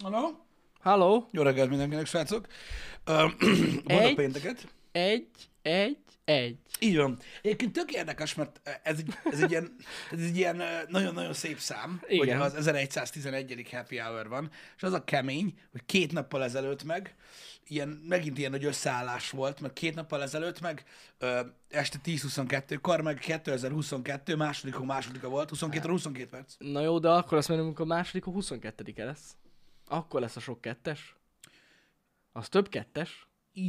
Halló? Halló? Jó reggelt mindenkinek, srácok. Boldog pénteket. Egy. Így van. Egyébként tök érdekes, mert ez egy ilyen nagyon-nagyon szép szám, Igen. hogy az 1111. happy hour van, és az a kemény, hogy 2 nappal ezelőtt megint ilyen nagy összeállás volt, mert 2 nappal ezelőtt este 10:22-kor, meg 2022 másodika volt, 22 perc. Na jó, de akkor azt mondom, amikor a második a 22-e lesz. Akkor lesz a sok kettes. Az több kettes.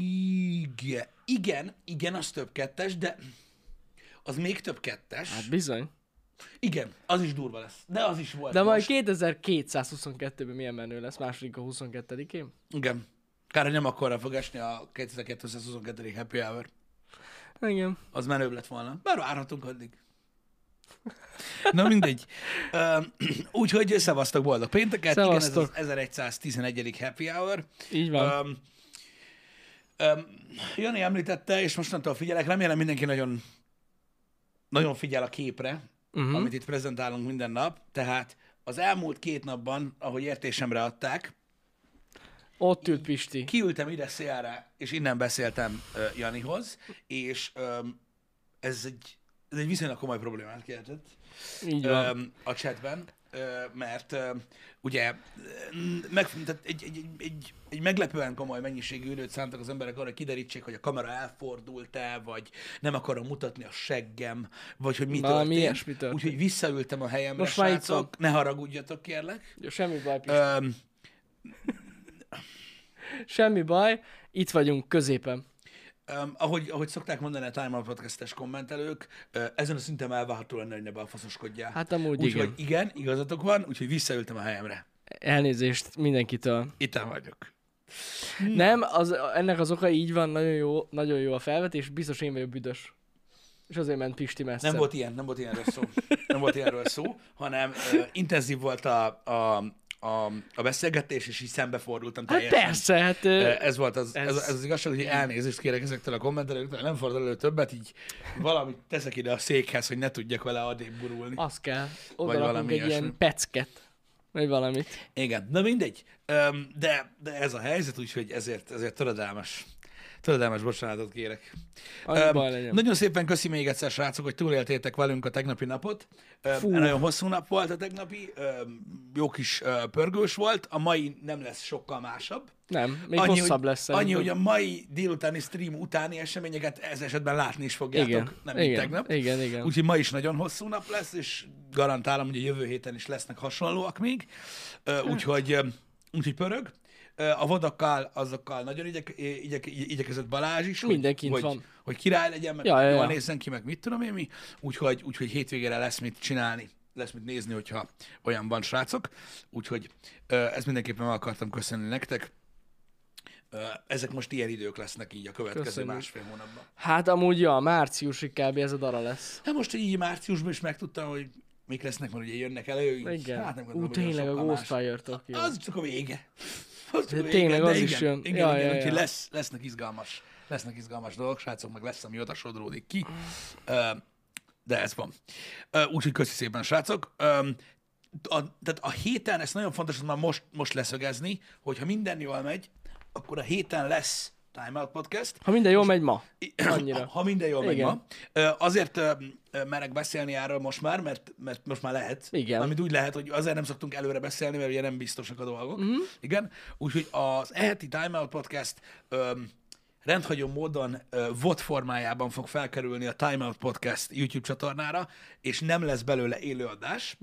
Igen, az több kettes, de az még több kettes. Hát bizony. Igen, az is durva lesz. De az is volt De majd most. 2222-ben milyen menő lesz második a 22-én? Igen. Kár, hogy nem akkorra fog esni a 2222. happy hour. Igen. Az menőbb lett volna. Bár várhatunk addig. Na mindegy. Úgyhogy szevasztok, boldog pénteket. Szevasztok. Igen, ez az 1111. happy hour. Így van. Jani említette, és mostantól figyelek, remélem mindenki nagyon, nagyon figyel a képre, amit itt prezentálunk minden nap. Tehát az elmúlt 2 napban, ahogy értésemre adták, Ott ült Pisti. kiültem ide szélre, és innen beszéltem Janihoz, és ez egy viszonylag komoly problémát keltett Így van. a chatben, mert ugye tehát egy meglepően komoly mennyiségű időt szántak az emberek arra, hogy kiderítsék, hogy a kamera elfordult-e, vagy nem akarom mutatni a seggem, vagy hogy mi Valami történt. ilyesmi történt. Úgyhogy visszaültem a helyemre, Most már itt srácok. Ne haragudjatok, kérlek. Jó, semmi baj, Pisti. Öm, Semmi baj. Itt vagyunk középen. ahogy szokták mondani a Time Out Podcast-es kommentelők, ezen a szinten elvárható lenne, hogy ne balfaszoskodjál. Hát amúgy Úgyhogy igen, igazatok van, úgyhogy visszaültem a helyemre. Elnézést mindenkitől. Itten vagyok. Nem, ennek az oka így van, nagyon jó a felvetés, biztos én vagyok büdös. És azért ment Pisti messze. Nem volt ilyenről szó. Nem volt ilyenről szó, hanem intenzív volt a beszélgetés, és így szembefordultam Hát teljesen. persze, hát... Ez volt ez az igazság, hogy elnézést kérek ezektől a kommentelőktől, nem fordul elő többet, így valamit teszek ide a székhez, hogy ne tudjak vele adébb burulni. Az kell. Oda Vagy rakunk valami egy ilyesmi. ilyen pecket. Vagy valamit. Igen, na mindegy. De ez a helyzet, úgyhogy ezért töredelmes bocsánatot kérek. Annyi baj legyen. Nagyon szépen köszi még egyszer, srácok, hogy túléltétek velünk a tegnapi napot. Nagyon hosszú nap volt a tegnapi, jó kis pörgős volt. A mai nem lesz sokkal másabb. Nem, még hosszabb lesz Annyi, szerintem. hogy a mai délutáni stream utáni eseményeket ez esetben látni is fogjátok, Igen, nem mint tegnap. igen. Úgyhogy ma is nagyon hosszú nap lesz, és garantálom, hogy a jövő héten is lesznek hasonlóak még. Úgyhogy pörög. A vodakkal, azokkal nagyon igyekezett Balázs is, Mindenkint van. hogy király legyen, meg Ja. jól nézzen ki, meg mit tudom én mi. Úgyhogy hétvégére lesz mit csinálni, lesz mit nézni, hogyha olyan van, srácok. Úgyhogy ezt mindenképpen meg akartam köszönni nektek. Ezek most ilyen idők lesznek így a következő Köszönjük. másfél hónapban. Hát amúgy, ja, márciusig kb. Ez a dara lesz. Hát most így márciusban is megtudtam, hogy mik lesznek, mert ugye jönnek elő. Így, Igen. Hát nem gondolom, hogy Tényleg a sokkal Ghost más. Fire-tök jó. Az csak a vége. Az csak a vége, tényleg, de az igen, is jön. Igen, Ja. úgyhogy lesznek izgalmas dolgok, srácok, meg lesz, ami oda sodródik ki. De ez van. Úgyhogy köszi szépen, srácok. Tehát a héten, ez nagyon fontos, hogy már most leszögezni, hogy ha minden jól megy, akkor a héten lesz Time Out Podcast. Ha minden jól megy ma. Annyira. Ha minden jól megy Igen. ma. Azért merek beszélni erről most már, mert most már lehet. Igen. Amit úgy lehet, hogy azért nem szoktunk előre beszélni, mert ugye nem biztosak a dolgok. Igen. Úgyhogy az eheti Time Out Podcast rendhagyó módon VOD formájában fog felkerülni a Time Out Podcast YouTube csatornára, és nem lesz belőle élőadás.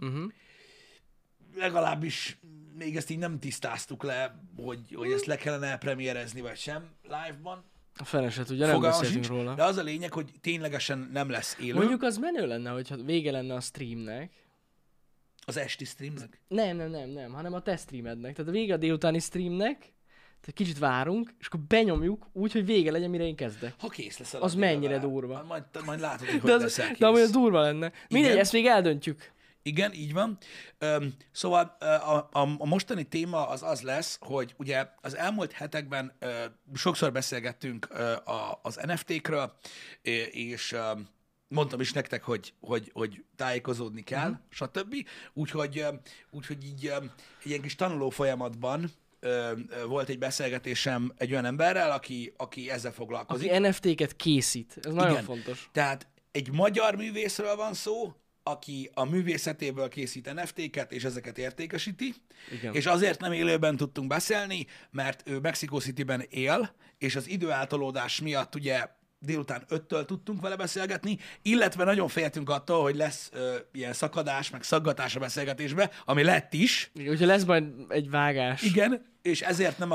Legalábbis még ezt így nem tisztáztuk le, hogy ezt le kellene premierezni, vagy sem live-ban. A fene se tudja, nem Fogalmam beszéltünk sincs, róla. de az a lényeg, hogy ténylegesen nem lesz élő. Mondjuk az menő lenne, hogyha vége lenne a streamnek. Az esti streamnek. Nem, hanem a te streamednek. Tehát a vége a délutáni streamnek, tehát kicsit várunk, és akkor benyomjuk úgy, hogy vége legyen, mire én kezdek. Ha kész leszel. Az addigra mennyire vele. durva. Majd látod, hogy De, hogy leszel kész. de amúgy az durva lenne. Mindegy, ezt még eldöntjük. Igen, így van. Szóval a mostani téma az lesz, hogy ugye az elmúlt hetekben sokszor beszélgettünk az NFT-kről, és mondtam is nektek, hogy tájékozódni kell, stb. Úgyhogy így egy ilyen kis tanuló folyamatban volt egy beszélgetésem egy olyan emberrel, aki ezzel foglalkozik. Aki NFT-ket készít. Ez nagyon Igen. fontos. Tehát egy magyar művészről van szó, aki a művészetéből készít NFT-ket, és ezeket értékesíti, Igen. és azért nem élőben tudtunk beszélni, mert ő Mexico Cityben él, és az időáltalódás miatt ugye délután 5-től tudtunk vele beszélgetni, illetve nagyon féltünk attól, hogy lesz ilyen szakadás, meg szaggatás a beszélgetésbe, ami lett is. Igen, úgyhogy lesz majd egy vágás. Igen, és ezért nem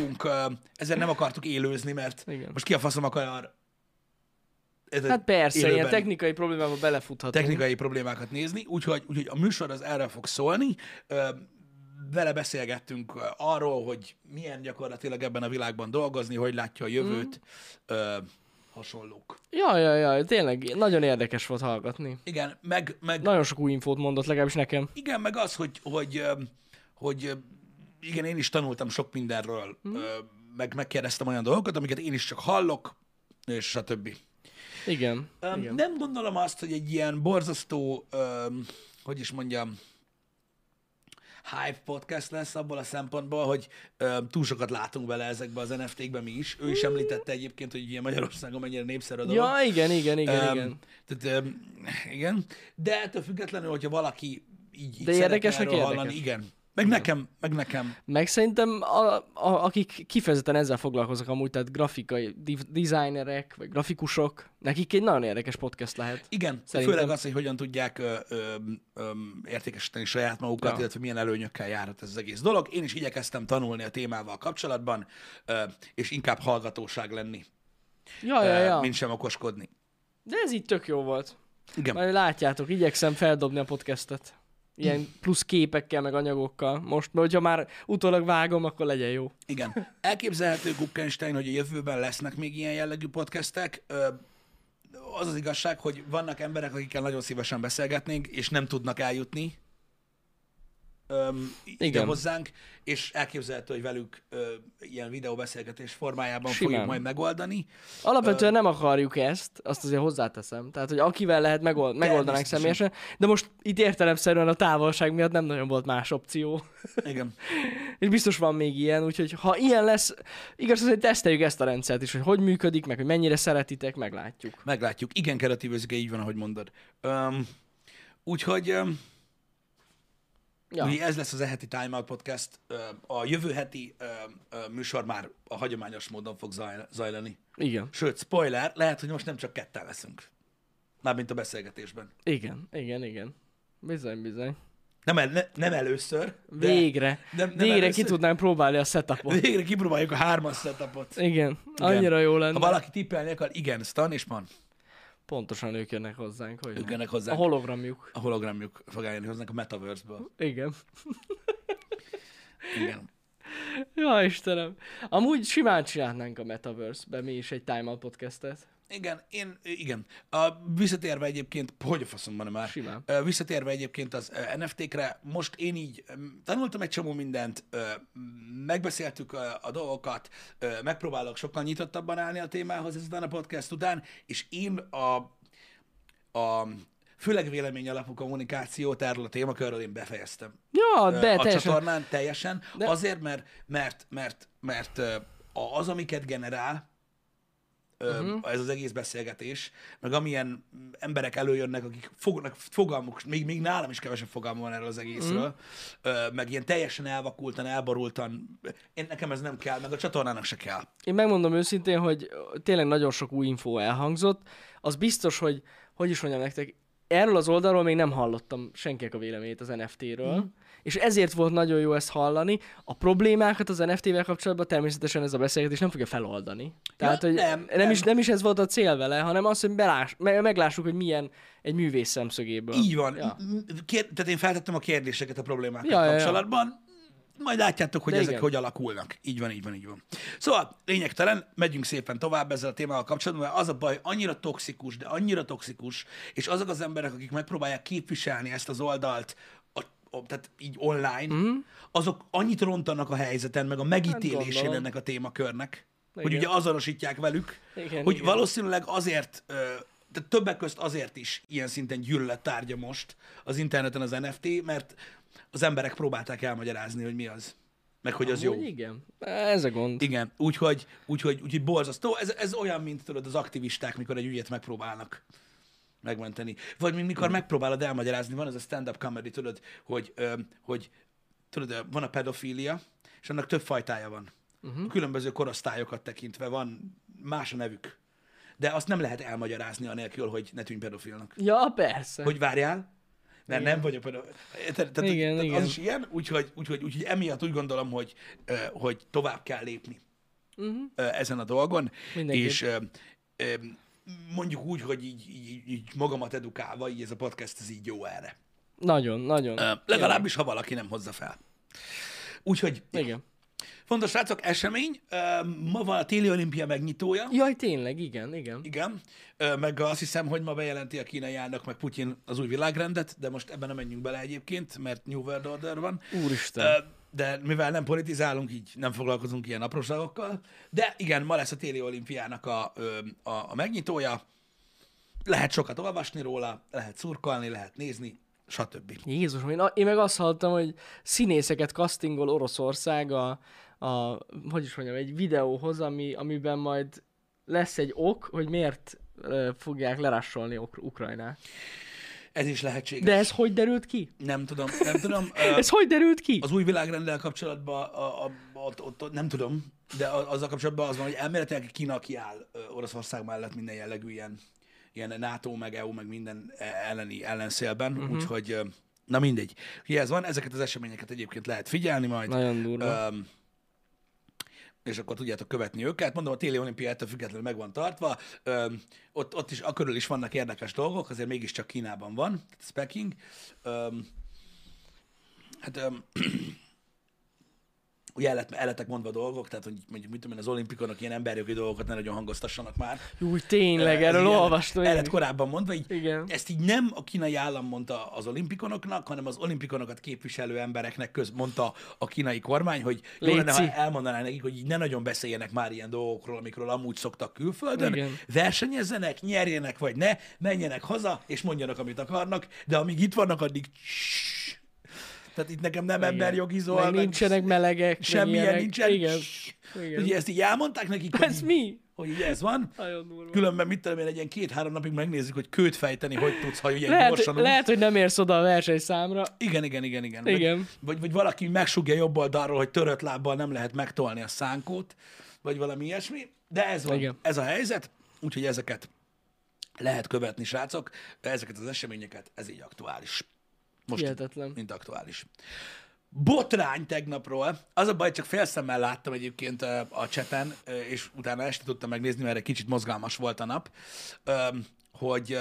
akartuk élőzni, mert Igen. most ki a faszom akar Hát persze, élőben ilyen technikai problémába belefuthatunk. technikai problémákat nézni, úgyhogy a műsor az erről fog szólni. Vele beszélgettünk arról, hogy milyen gyakorlatilag ebben a világban dolgozni, hogy látja a jövőt, hasonlók. Ja, tényleg nagyon érdekes volt hallgatni. Igen, meg Nagyon sok új infót mondott, legalábbis nekem. igen, meg az, hogy igen, én is tanultam sok mindenről, meg megkérdeztem olyan dolgokat, amiket én is csak hallok, és stb. Igen. Igen. Nem gondolom azt, hogy egy ilyen borzasztó, hogy is mondjam, hype podcast lesz abból a szempontból, hogy túl sokat látunk bele ezekbe az NFT-kbe mi is. Ő is említette egyébként, hogy ilyen Magyarországon mennyire népszerű a dolog. Ja, igen. Tehát, igen. De ettől függetlenül, hogyha valaki így De szeretne érdekesnek erről érdekes. hallani, igen. Meg nekem. Meg szerintem akik kifejezetten ezzel foglalkoznak amúgy, tehát grafikai designerek, vagy grafikusok, nekik egy nagyon érdekes podcast lehet. Igen, Szerintem. főleg az, hogy hogyan tudják értékesíteni saját magukat, Ja. illetve milyen előnyökkel járhat ez az egész dolog. Én is igyekeztem tanulni a témával kapcsolatban, és inkább hallgatóság lenni, Ja. mint sem okoskodni. De ez így tök jó volt. Igen. Majd látjátok, igyekszem feldobni a podcastet. Ilyen plusz képekkel, meg anyagokkal. Most, mert hogyha már utólag vágom, akkor legyen jó. Igen. Elképzelhető, Guggenstein, hogy a jövőben lesznek még ilyen jellegű podcastek. Az az igazság, hogy vannak emberek, akikkel nagyon szívesen beszélgetnénk, és nem tudnak eljutni ide Igen. hozzánk, és elképzelhető, hogy velük ilyen videóbeszélgetés formájában Simán. fogjuk majd megoldani. Alapvetően nem akarjuk ezt, azt azért hozzáteszem. Tehát, hogy akivel lehet megoldanánk Természetesen. személyesen, de most itt értelemszerűen a távolság miatt nem nagyon volt más opció. Igen. És biztos van még ilyen, úgyhogy ha ilyen lesz, igaz, hogy teszteljük ezt a rendszert is, hogy működik, meg hogy mennyire szeretitek, meglátjuk. Meglátjuk. Igen, kreatívőzike, így van, ahogy mondod. Úgyhogy Ja. ugye ez lesz az heti Time Out Podcast. A jövő heti műsor már a hagyományos módon fog zajlani. Igen. Sőt, spoiler, lehet, hogy most nem csak ketten leszünk. Mármint a beszélgetésben. Igen. Bizony. Nem először. De Végre. nem Végre először. ki tudnánk próbálni a setupot. Végre kipróbáljuk a 3-as setupot. Igen. Annyira jó lenne. Ha valaki tippelni akar, igen, Stan és Man. Pontosan ők jönnek hozzánk. Hogy Ők jönnek a hozzánk. hologramjuk. A hologramjuk fog eljönni hozzánk a Metaverse-ből. Igen. Igen. Ja, Istenem. Amúgy simán csinálnánk a Metaverse-be mi is egy Time Out podcastet. Igen. Visszatérve egyébként, hogy a faszomban már? Simán. Visszatérve egyébként az NFT-kre, most én így tanultam egy csomó mindent, megbeszéltük a dolgokat, megpróbálok sokkal nyitottabban állni a témához ezután a podcast után, és én a főleg vélemény alapú kommunikációt erről a témakörről én befejeztem. Ja, de A teljesen. csatornán teljesen, De- azért, mert az, amiket generál, ez az egész beszélgetés, meg amilyen emberek előjönnek, akik fogalmuk, még nálam is kevesebb fogalmam van erről az egészről, meg ilyen teljesen elvakultan, elborultan, nekem ez nem kell, meg a csatornának se kell. Én megmondom őszintén, hogy tényleg nagyon sok új info elhangzott. Az biztos, hogy is mondjam nektek, erről az oldalról még nem hallottam senkinek a véleményét az NFT-ről, és ezért volt nagyon jó ezt hallani. A problémákat az NFT-vel kapcsolatban természetesen ez a beszélgetés nem fogja feloldani. Tehát, hogy nem is ez volt a cél vele, hanem az, hogy meglássuk, hogy milyen egy művész szemszögéből. Így van. Ja. Tehát én feltettem a kérdéseket a problémákkal Ja. kapcsolatban, majd látjátok, hogy De ezek igen. hogy alakulnak. Így van. Szóval lényegtelen, megyünk szépen tovább ezzel a témával kapcsolatban, mert az a baj, annyira toxikus, és azok az emberek, akik megpróbálják képviselni ezt az oldalt, tehát így online, azok annyit rontanak a helyzeten, meg a megítélésén gondolom. ennek a témakörnek, hogy Igen. ugye azonosítják velük, Igen, hogy igen. valószínűleg azért tehát többek közt azért is ilyen szinten gyűlölet tárgya most az interneten az NFT, mert az emberek próbálták elmagyarázni, hogy mi az. Meg hogy az Amúgy jó. igen. Ez a gond. Igen, úgyhogy borzasztó. Ez olyan, mint tudod, az aktivisták, mikor egy ügyet megpróbálnak megmenteni. Vagy mikor megpróbálod elmagyarázni, van ez a stand-up comedy, tudod, hogy tudod, van a pedofília, és annak több fajtája van. A különböző korosztályokat tekintve van más a nevük. De azt nem lehet elmagyarázni anélkül, hogy ne tűnj pedofilnak. Ja, persze. Hogy várjál, mert nem vagyok pedofil. Tehát Igen. az is ilyen, úgyhogy emiatt úgy gondolom, hogy tovább kell lépni ezen a dolgon. Mindenképp. És mondjuk úgy, hogy így magamat edukálva, így ez a podcast, ez így jó erre. Nagyon. Legalábbis, ha valaki nem hozza fel. Úgyhogy Igen. fontos, srácok, esemény. Ma van a téli olimpia megnyitója. Jaj, tényleg, igen. Igen. Meg azt hiszem, hogy ma bejelenti a kínai elnök, meg Putyin az új világrendet, de most ebben nem menjünk bele egyébként, mert New World Order van. Úristen. De mivel nem politizálunk, így nem foglalkozunk ilyen apróságokkal. De igen, ma lesz a téli olimpiának a megnyitója. Lehet sokat olvasni róla, lehet szurkolni, lehet nézni, stb. Jézusom, én meg azt hallottam, hogy színészeket castingol Oroszország hogy is mondjam, egy videóhoz, amiben majd lesz egy ok, hogy miért fogják lerássolni Ukrajnát. Ez is lehetséges. De ez hogy derült ki? Nem tudom. Ez hogy derült ki? Az új világrenddel kapcsolatban ott nem tudom, de azzal kapcsolatban az van, hogy elméletileg Kína kiáll Oroszország mellett minden jellegű ilyen NATO, meg EU, meg minden ellenszélben, úgyhogy na mindegy. Ugye ez van, ezeket az eseményeket egyébként lehet figyelni majd. Nagyon durva. És akkor tudjátok követni őket. Mondom, a téli olimpia ettől függetlenül meg van tartva. Ott is, körül is vannak érdekes dolgok, azért mégiscsak Kínában van, ez Peking. Ugye el lettek mondva dolgok, tehát hogy mondjuk mit tudom én, az olimpikonok ilyen emberjogi dolgokat ne nagyon hangoztassanak már. Úgy tényleg, erről olvastam. El lett korábban mondva, így, Igen. ezt így nem a kínai állam mondta az olimpikonoknak, hanem az olimpikonokat képviselő embereknek mondta a kínai kormány, hogy jó lenne, ha elmondaná nekik, hogy így ne nagyon beszéljenek már ilyen dolgokról, amikről amúgy szoktak külföldön, Igen. versenyezzenek, nyerjenek vagy ne, menjenek haza, és mondjanak, amit akarnak, de amíg itt vannak, addig tehát itt nekem nem emberjogizol. Meg nincsenek melegek. Semmilyen nincsen. Igen. Ugye ezt így elmondták nekik, Ez mi? Hogy ugye ez van. Nagyon durva. Különben mit tudom én, egy ilyen 2-3 napig megnézzük, hogy kőt fejteni, hogy tudsz, ha ugye gyorsan. Lehet, hogy nem érsz oda a versenyszámra. Igen. Vagy valaki megsugja jobb oldalról, hogy törött lábbal nem lehet megtolni a szánkót, vagy valami ilyesmi. De ez van. Igen. Ez a helyzet, úgyhogy ezeket lehet követni, srácok. De ezeket az eseményeket, ez így aktuális. Most hihetetlen. Mint aktuális. Botrány tegnapról. Az a baj, csak félszemmel láttam egyébként a chaten, és utána este tudtam megnézni, mert egy kicsit mozgalmas volt a nap, hogy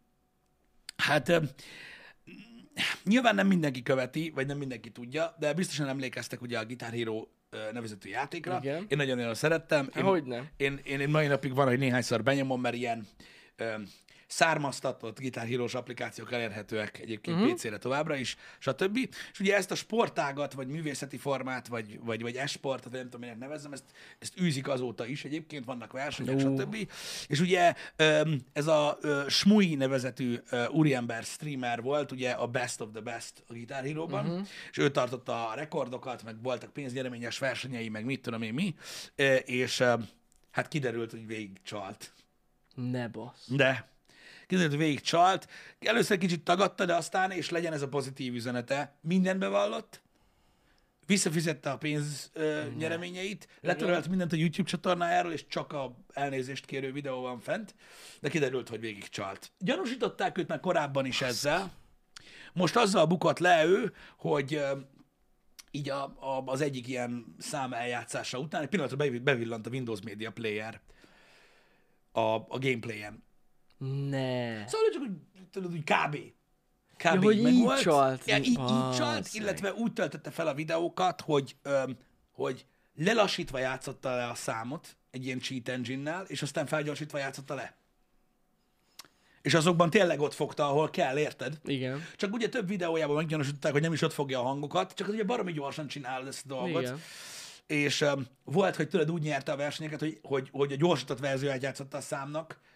nyilván nem mindenki követi, vagy nem mindenki tudja, de biztosan emlékeztek ugye a Guitar Hero nevezetű játékra. Igen. Én nagyon szerettem. Hogyne. Én mai napig van, hogy néhányszor benyomom, mert ilyen származtatott Guitar Hero-s applikációk elérhetőek egyébként PC-re továbbra is, stb. És ugye ezt a sportágat, vagy művészeti formát, vagy e-sportot, vagy nem tudom, minek nevezzem, ezt űzik azóta is egyébként, vannak versenyek, stb. És ugye ez a Smui nevezetű úriember streamer volt, ugye a Best of the Best a Guitar Hero-ban, és ő tartotta a rekordokat, meg voltak pénznyereményes versenyei, meg mit tudom én mi, és hát kiderült, hogy végig csalt. Ne bassz. De kiderült, hogy végig csalt. Először kicsit tagadta, de aztán, és legyen ez a pozitív üzenete, mindent bevallott, visszafizette a pénz nyereményeit, letörölt mindent a YouTube csatornájáról, és csak a elnézést kérő videó van fent, de kiderült, hogy végig csalt. Gyanúsították őt már korábban is ezzel. Most azzal bukott le ő, hogy így az egyik ilyen szám eljátszása után egy pillanatra bevillant a Windows Media Player a gameplayen. Ne. Szóval csak úgy, tudod, úgy kb. Hogy meg így volt. csalt. Ja, így csalt, illetve úgy töltötte fel a videókat, hogy lelassítva játszotta le a számot egy ilyen cheat engine-nel, és aztán felgyorsítva játszotta le. És azokban tényleg ott fogta, ahol kell, érted? Igen. Csak ugye több videójában meggyanúsították, hogy nem is ott fogja a hangokat, csak ugye baromi gyorsan csinálod ezt a dolgot. Igen. És volt, hogy tudod, úgy nyerte a versenyeket, hogy a gyorsított verzióját játszotta a számnak,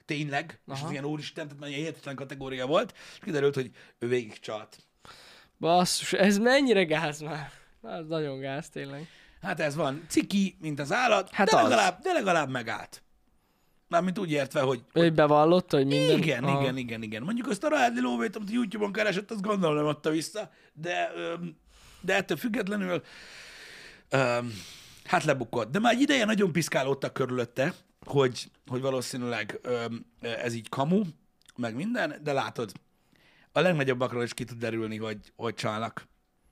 tényleg, és Aha. az ilyen úristen, tehát nagyon hihetetlen kategória volt, és kiderült, hogy ő végig csalt. Basszus, ez mennyire gáz már? Ez nagyon gáz, tényleg. Hát ez van. Ciki, mint az állat, Hát de, az. legalább megállt. Mármint úgy értve, hogy Ő bevallotta, hogy minden... igen. Mondjuk azt a Radley lóvét, amit YouTube-on keresett, azt gondolom nem adta vissza, de ettől függetlenül hát lebukott. De már egy ideje nagyon piszkálódtak körülötte, hogy valószínűleg ez így kamu, meg minden, de látod, a legnagyobbakról is ki tud derülni, hogy csalnak.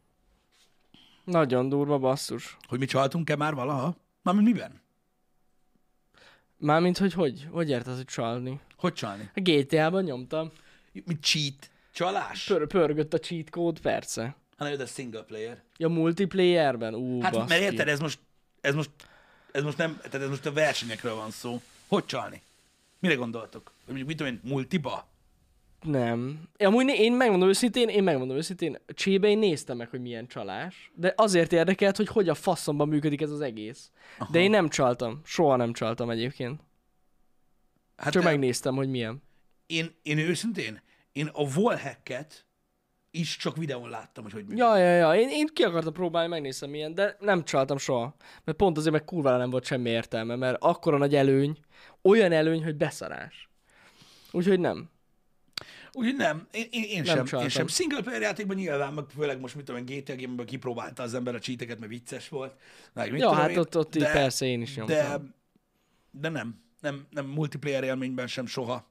Nagyon durva, basszus. Hogy mi csaltunk-e már valaha? Mármint miben? Mármint, hogy érted, hogy csalni? Hogy csalni? A GTA-ban nyomtam. Mit cheat? Csalás? Pörgött a cheat code, persze. Hanem a single player. Ja, multiplayerben? Hát baszki. mert érted, ez most nem, tehát ez most a versenyekről van szó. Hogy csalni? Mire gondoltok? Hogy mondjuk mit tudom én, multiba? Nem. Amúgy én megmondom őszintén, Csébe én néztem meg, hogy milyen csalás, de azért érdekelt, hogy a faszomban működik ez az egész. Aha. De én nem csaltam. Soha nem csaltam egyébként. Hát Csak de megnéztem, hogy milyen. én őszintén, én a wallhacket is csak videón láttam, hogy működik. Ja. Én ki akartam próbálni, megnéztem milyen, de nem csaltam soha. Mert pont azért, meg kurvára nem volt semmi értelme, mert akkora nagy előny, olyan előny, hogy beszarás. Úgyhogy nem. Úgyhogy nem, én Nem sem. csaltam. Single player játékban nyilván, meg főleg most, mit tudom én, GTA Game-ben kipróbálta az ember a cheateket, mert vicces volt. Meg mit Ja, tudom hát én, ott így persze én is nyomtam. De nem multiplayer élményben sem soha.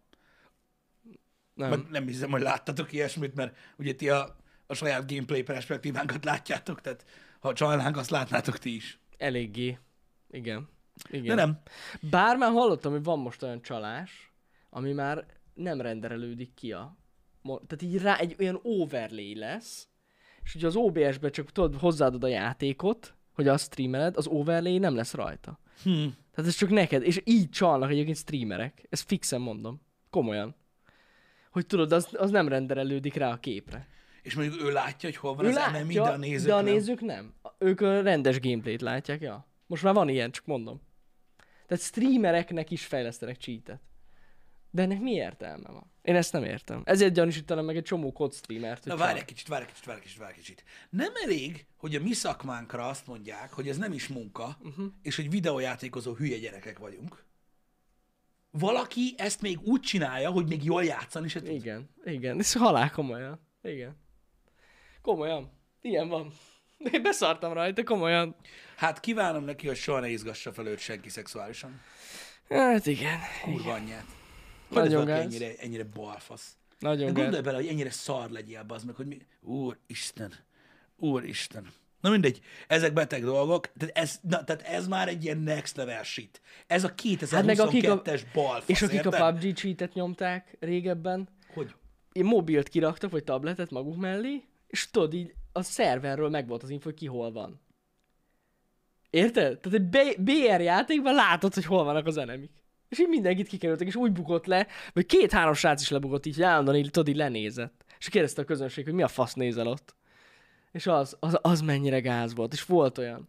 Nem. Meg nem hiszem, hogy láttatok ilyesmit, mert ugye ti a saját gameplay perspektívánkat látjátok, tehát ha csalnánk, azt látnátok ti is. Eléggé. Igen. De nem. Bár már hallottam, hogy van most olyan csalás, ami már nem renderelődik ki tehát így rá egy olyan overlay lesz, és ugye az OBS-be csak tudod, hozzáadod a játékot, hogy azt streameled, az overlay nem lesz rajta. Tehát ez csak neked, és így csalnak egyébként streamerek. Ezt fixen mondom. Komolyan. Hogy tudod, az nem renderelődik rá a képre. És mondjuk ő látja, hogy hol van Ő az látja, enemy, de a nézők de a nem. nézők nem. Ők a rendes gameplayt látják, ja. Most már van ilyen, csak mondom. Tehát streamereknek is fejlesztenek cheatet. De ennek mi értelme van? Én ezt nem értem. Ezért gyanúsítanom meg egy csomó kod streamert. Na várj egy kicsit. Nem elég, hogy a mi szakmánkra azt mondják, hogy ez nem is munka, és hogy videójátékozó hülye gyerekek vagyunk. Valaki ezt még úgy csinálja, hogy még jól játszani se tud. Igen. Ez halál komolyan. Igen. Komolyan. Ilyen van. Én beszartam rajta, komolyan. Hát kívánom neki, hogy soha ne izgassa fel őt senki szexuálisan. Hát igen. Kurva anyját. Nagyon Hogy ez gáz. valaki ennyire balfasz. De Nagyon gondolj gáz. bele, hogy ennyire szar legyél, bazd meg, hogy mi... Úristen. Na mindegy, ezek beteg dolgok, tehát ez már egy ilyen next level shit. Ez a 2022-es balfasz, És akik érted? a PUBG cheatet nyomták régebben, Hogy? mobilt kiraktak, vagy tabletet maguk mellé, és tudod így, a szerverről megvolt az info, hogy ki hol van. Érted? Tehát egy BR játékban látod, hogy hol vannak az enemik. És így mindenkit kikerültek, és úgy bukott le, vagy 2-3 srác is lebukott így, hogy állandóan így, tudod, így lenézett. És kérdezte a közönség, hogy mi a fasz nézel ott. És az mennyire gáz volt, és volt olyan.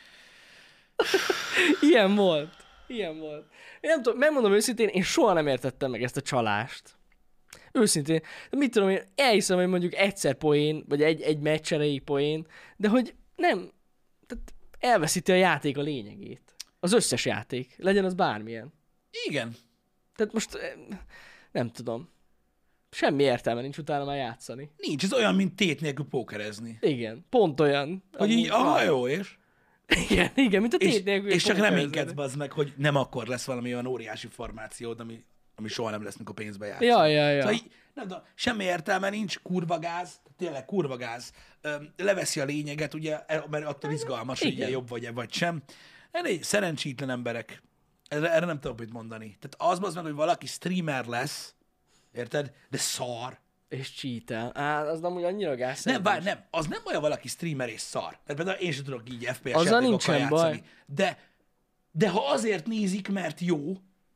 Ilyen volt. Én nem tudom, megmondom őszintén, én soha nem értettem meg ezt a csalást. Őszintén. Mit tudom én, elhiszem, hogy mondjuk egyszer poén, vagy egy meccs erejéig poén, de hogy nem, tehát elveszíti a játék a lényegét. Az összes játék. Legyen az bármilyen. Igen. Tehát most nem tudom. Semmi értelme nincs utána már játszani. Nincs, ez olyan, mint tét nélkül pókerezni. Igen, pont olyan. Hogy így, aha, jó, és? Igen, mint a És, tét nélkül. és csak pókerezni. reménykedsz, bazd meg, hogy nem akkor lesz valami olyan óriási formációd, ami soha nem lesz, mikor pénzbe játszol. Ja. Szóval így, nem tudom, semmi értelme nincs, kurva gáz, tényleg kurva gáz. Leveszi a lényeget, ugye, mert attól izgalmas, hogy ugye jobb vagy sem. Egy szerencsétlen emberek. Erre nem tudom mit mondani. Tehát az meg, hogy valaki streamer lesz, érted? De szar. És cheatel. Az nem úgy annyira gáz. Nem, várj, nem. Az nem olyan valaki streamer és szar. Mert például én sem tudok így FPS Azzal játékokkal nincsen játszani. baj. De ha azért nézik, mert jó,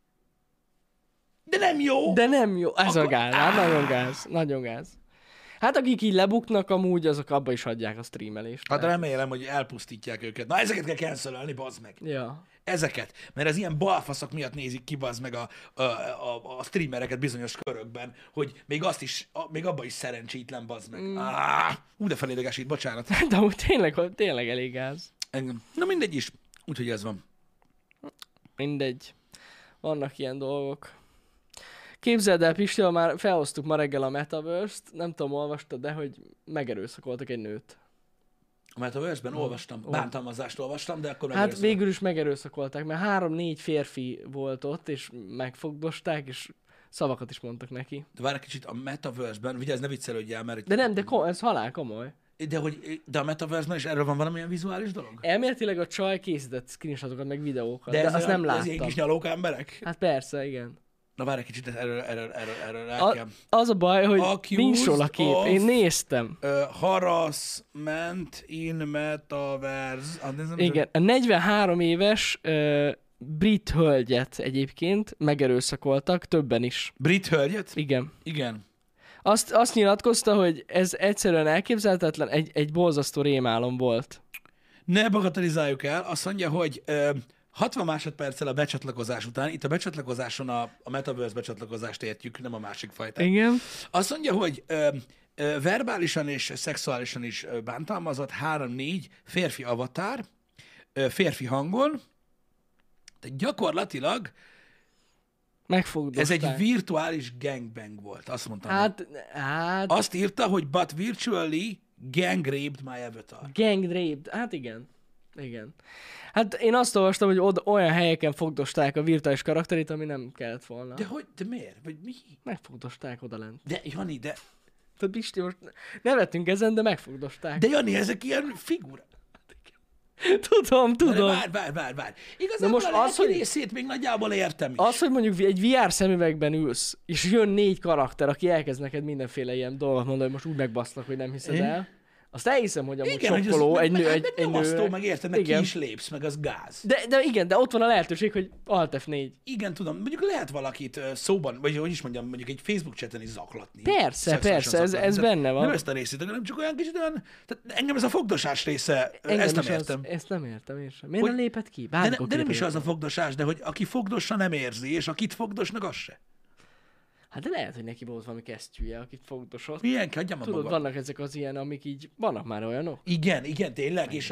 de nem jó. De nem jó. Ez Akkor- a gáz. Hát nagyon gáz. Hát akik így lebuknak amúgy, azok abba is hagyják a streamelést. Hát remélem, hogy elpusztítják őket. Na ezeket kell cancelölni, bazd meg. Ja. ezeket, mert az ilyen balfaszok miatt nézik ki bazd meg a streamereket bizonyos körökben, hogy még azt is, még abban is szerencsétlen bazd meg. De felédegesít, bocsánat. De amúgy tényleg elég gáz. Engem. Na mindegy is, úgyhogy ez van. Mindegy. Vannak ilyen dolgok. Képzeld el, Pistival már felhoztuk ma reggel a Metaverse-t, nem tudom, olvastad, de hogy megerőszakoltak egy nőt. A Metaverse-ben olvastam, bántalmazást olvastam, de akkor Hát végül is megerőszakolták, mert 3-4 férfi volt ott, és megfogdosták, és szavakat is mondtak neki. De várj egy kicsit, a Metaverse-ben, vigyázz, ne viccelődjél, mert... De nem, ez halál komoly. De a Metaverse-ben is erről van valamilyen vizuális dolog? Elméletileg a csaj készített screenshotokat, meg videókat, de azt nem láttam. Ez ilyen kis nyalók emberek? Hát persze, igen. Na várj egy kicsit, erről kell. Az a baj, hogy nincs róla kép. Én néztem. Harassment in Metaverse. Igen, a 43 éves brit hölgyet egyébként megerőszakoltak, többen is. Brit hölgyet? Igen. Igen. Azt nyilatkozta, hogy ez egyszerűen elképzelhetetlen, egy borzasztó rémálom volt. Ne bagatelizáljuk el, azt mondja, hogy 60 másodperccel a becsatlakozás után, itt a becsatlakozáson a Metaverse becsatlakozást értjük, nem a másik fajtát. Igen. Azt mondja, hogy verbálisan és szexuálisan is bántalmazott 3-4 férfi avatár, férfi hangon, tehát gyakorlatilag ez egy virtuális gangbang volt, azt mondtam. Hát... Azt írta, hogy but virtually gang raped my avatar. Gang raped, hát igen. Igen. Hát én azt olvastam, hogy olyan helyeken fogdosták a virtuális karakterét, ami nem kellett volna. De miért? Vagy mi? Megfogdosták odalent. De Jani, de... Tehát Pisti, most nevettünk ezen, de megfogdosták. De Jani, ezek ilyen figura. Tudom. Várj. Igazából most a lelki részét még nagyjából értem is. Az, hogy mondjuk egy VR szemüvegben ülsz, és jön 4 karakter, aki elkezd neked mindenféle ilyen dolgot mondani, hogy most úgy megbaszlak, hogy nem hiszed el. Azt elhiszem, hogy amúgy sokkoló egy nő. Egy nyomasztó, meg érted, meg ki is lépsz, meg az gáz. De igen, de ott van a lehetőség, hogy Alt F4. Igen, tudom. Mondjuk lehet valakit szóban, vagy hogy is mondjam, mondjuk egy Facebook chaten is zaklatni. Persze, ez benne van. Nem ezt a részét, hanem csak olyan kicsit olyan... Tehát engem ez a fogdosás része, ezt nem értem. Ezt nem értem én sem. Miért nem lépett ki? De nem is az a fogdosás, de hogy aki fogdossa, nem érzi, és akit fogdosnak, az se. Hát de lehet, hogy neki volt valami kesztyűje, akit fogdosott. Milyen? Hagyjam Tudod, maga. Vannak ezek az ilyen, amik így, vannak már olyanok. Igen, tényleg, és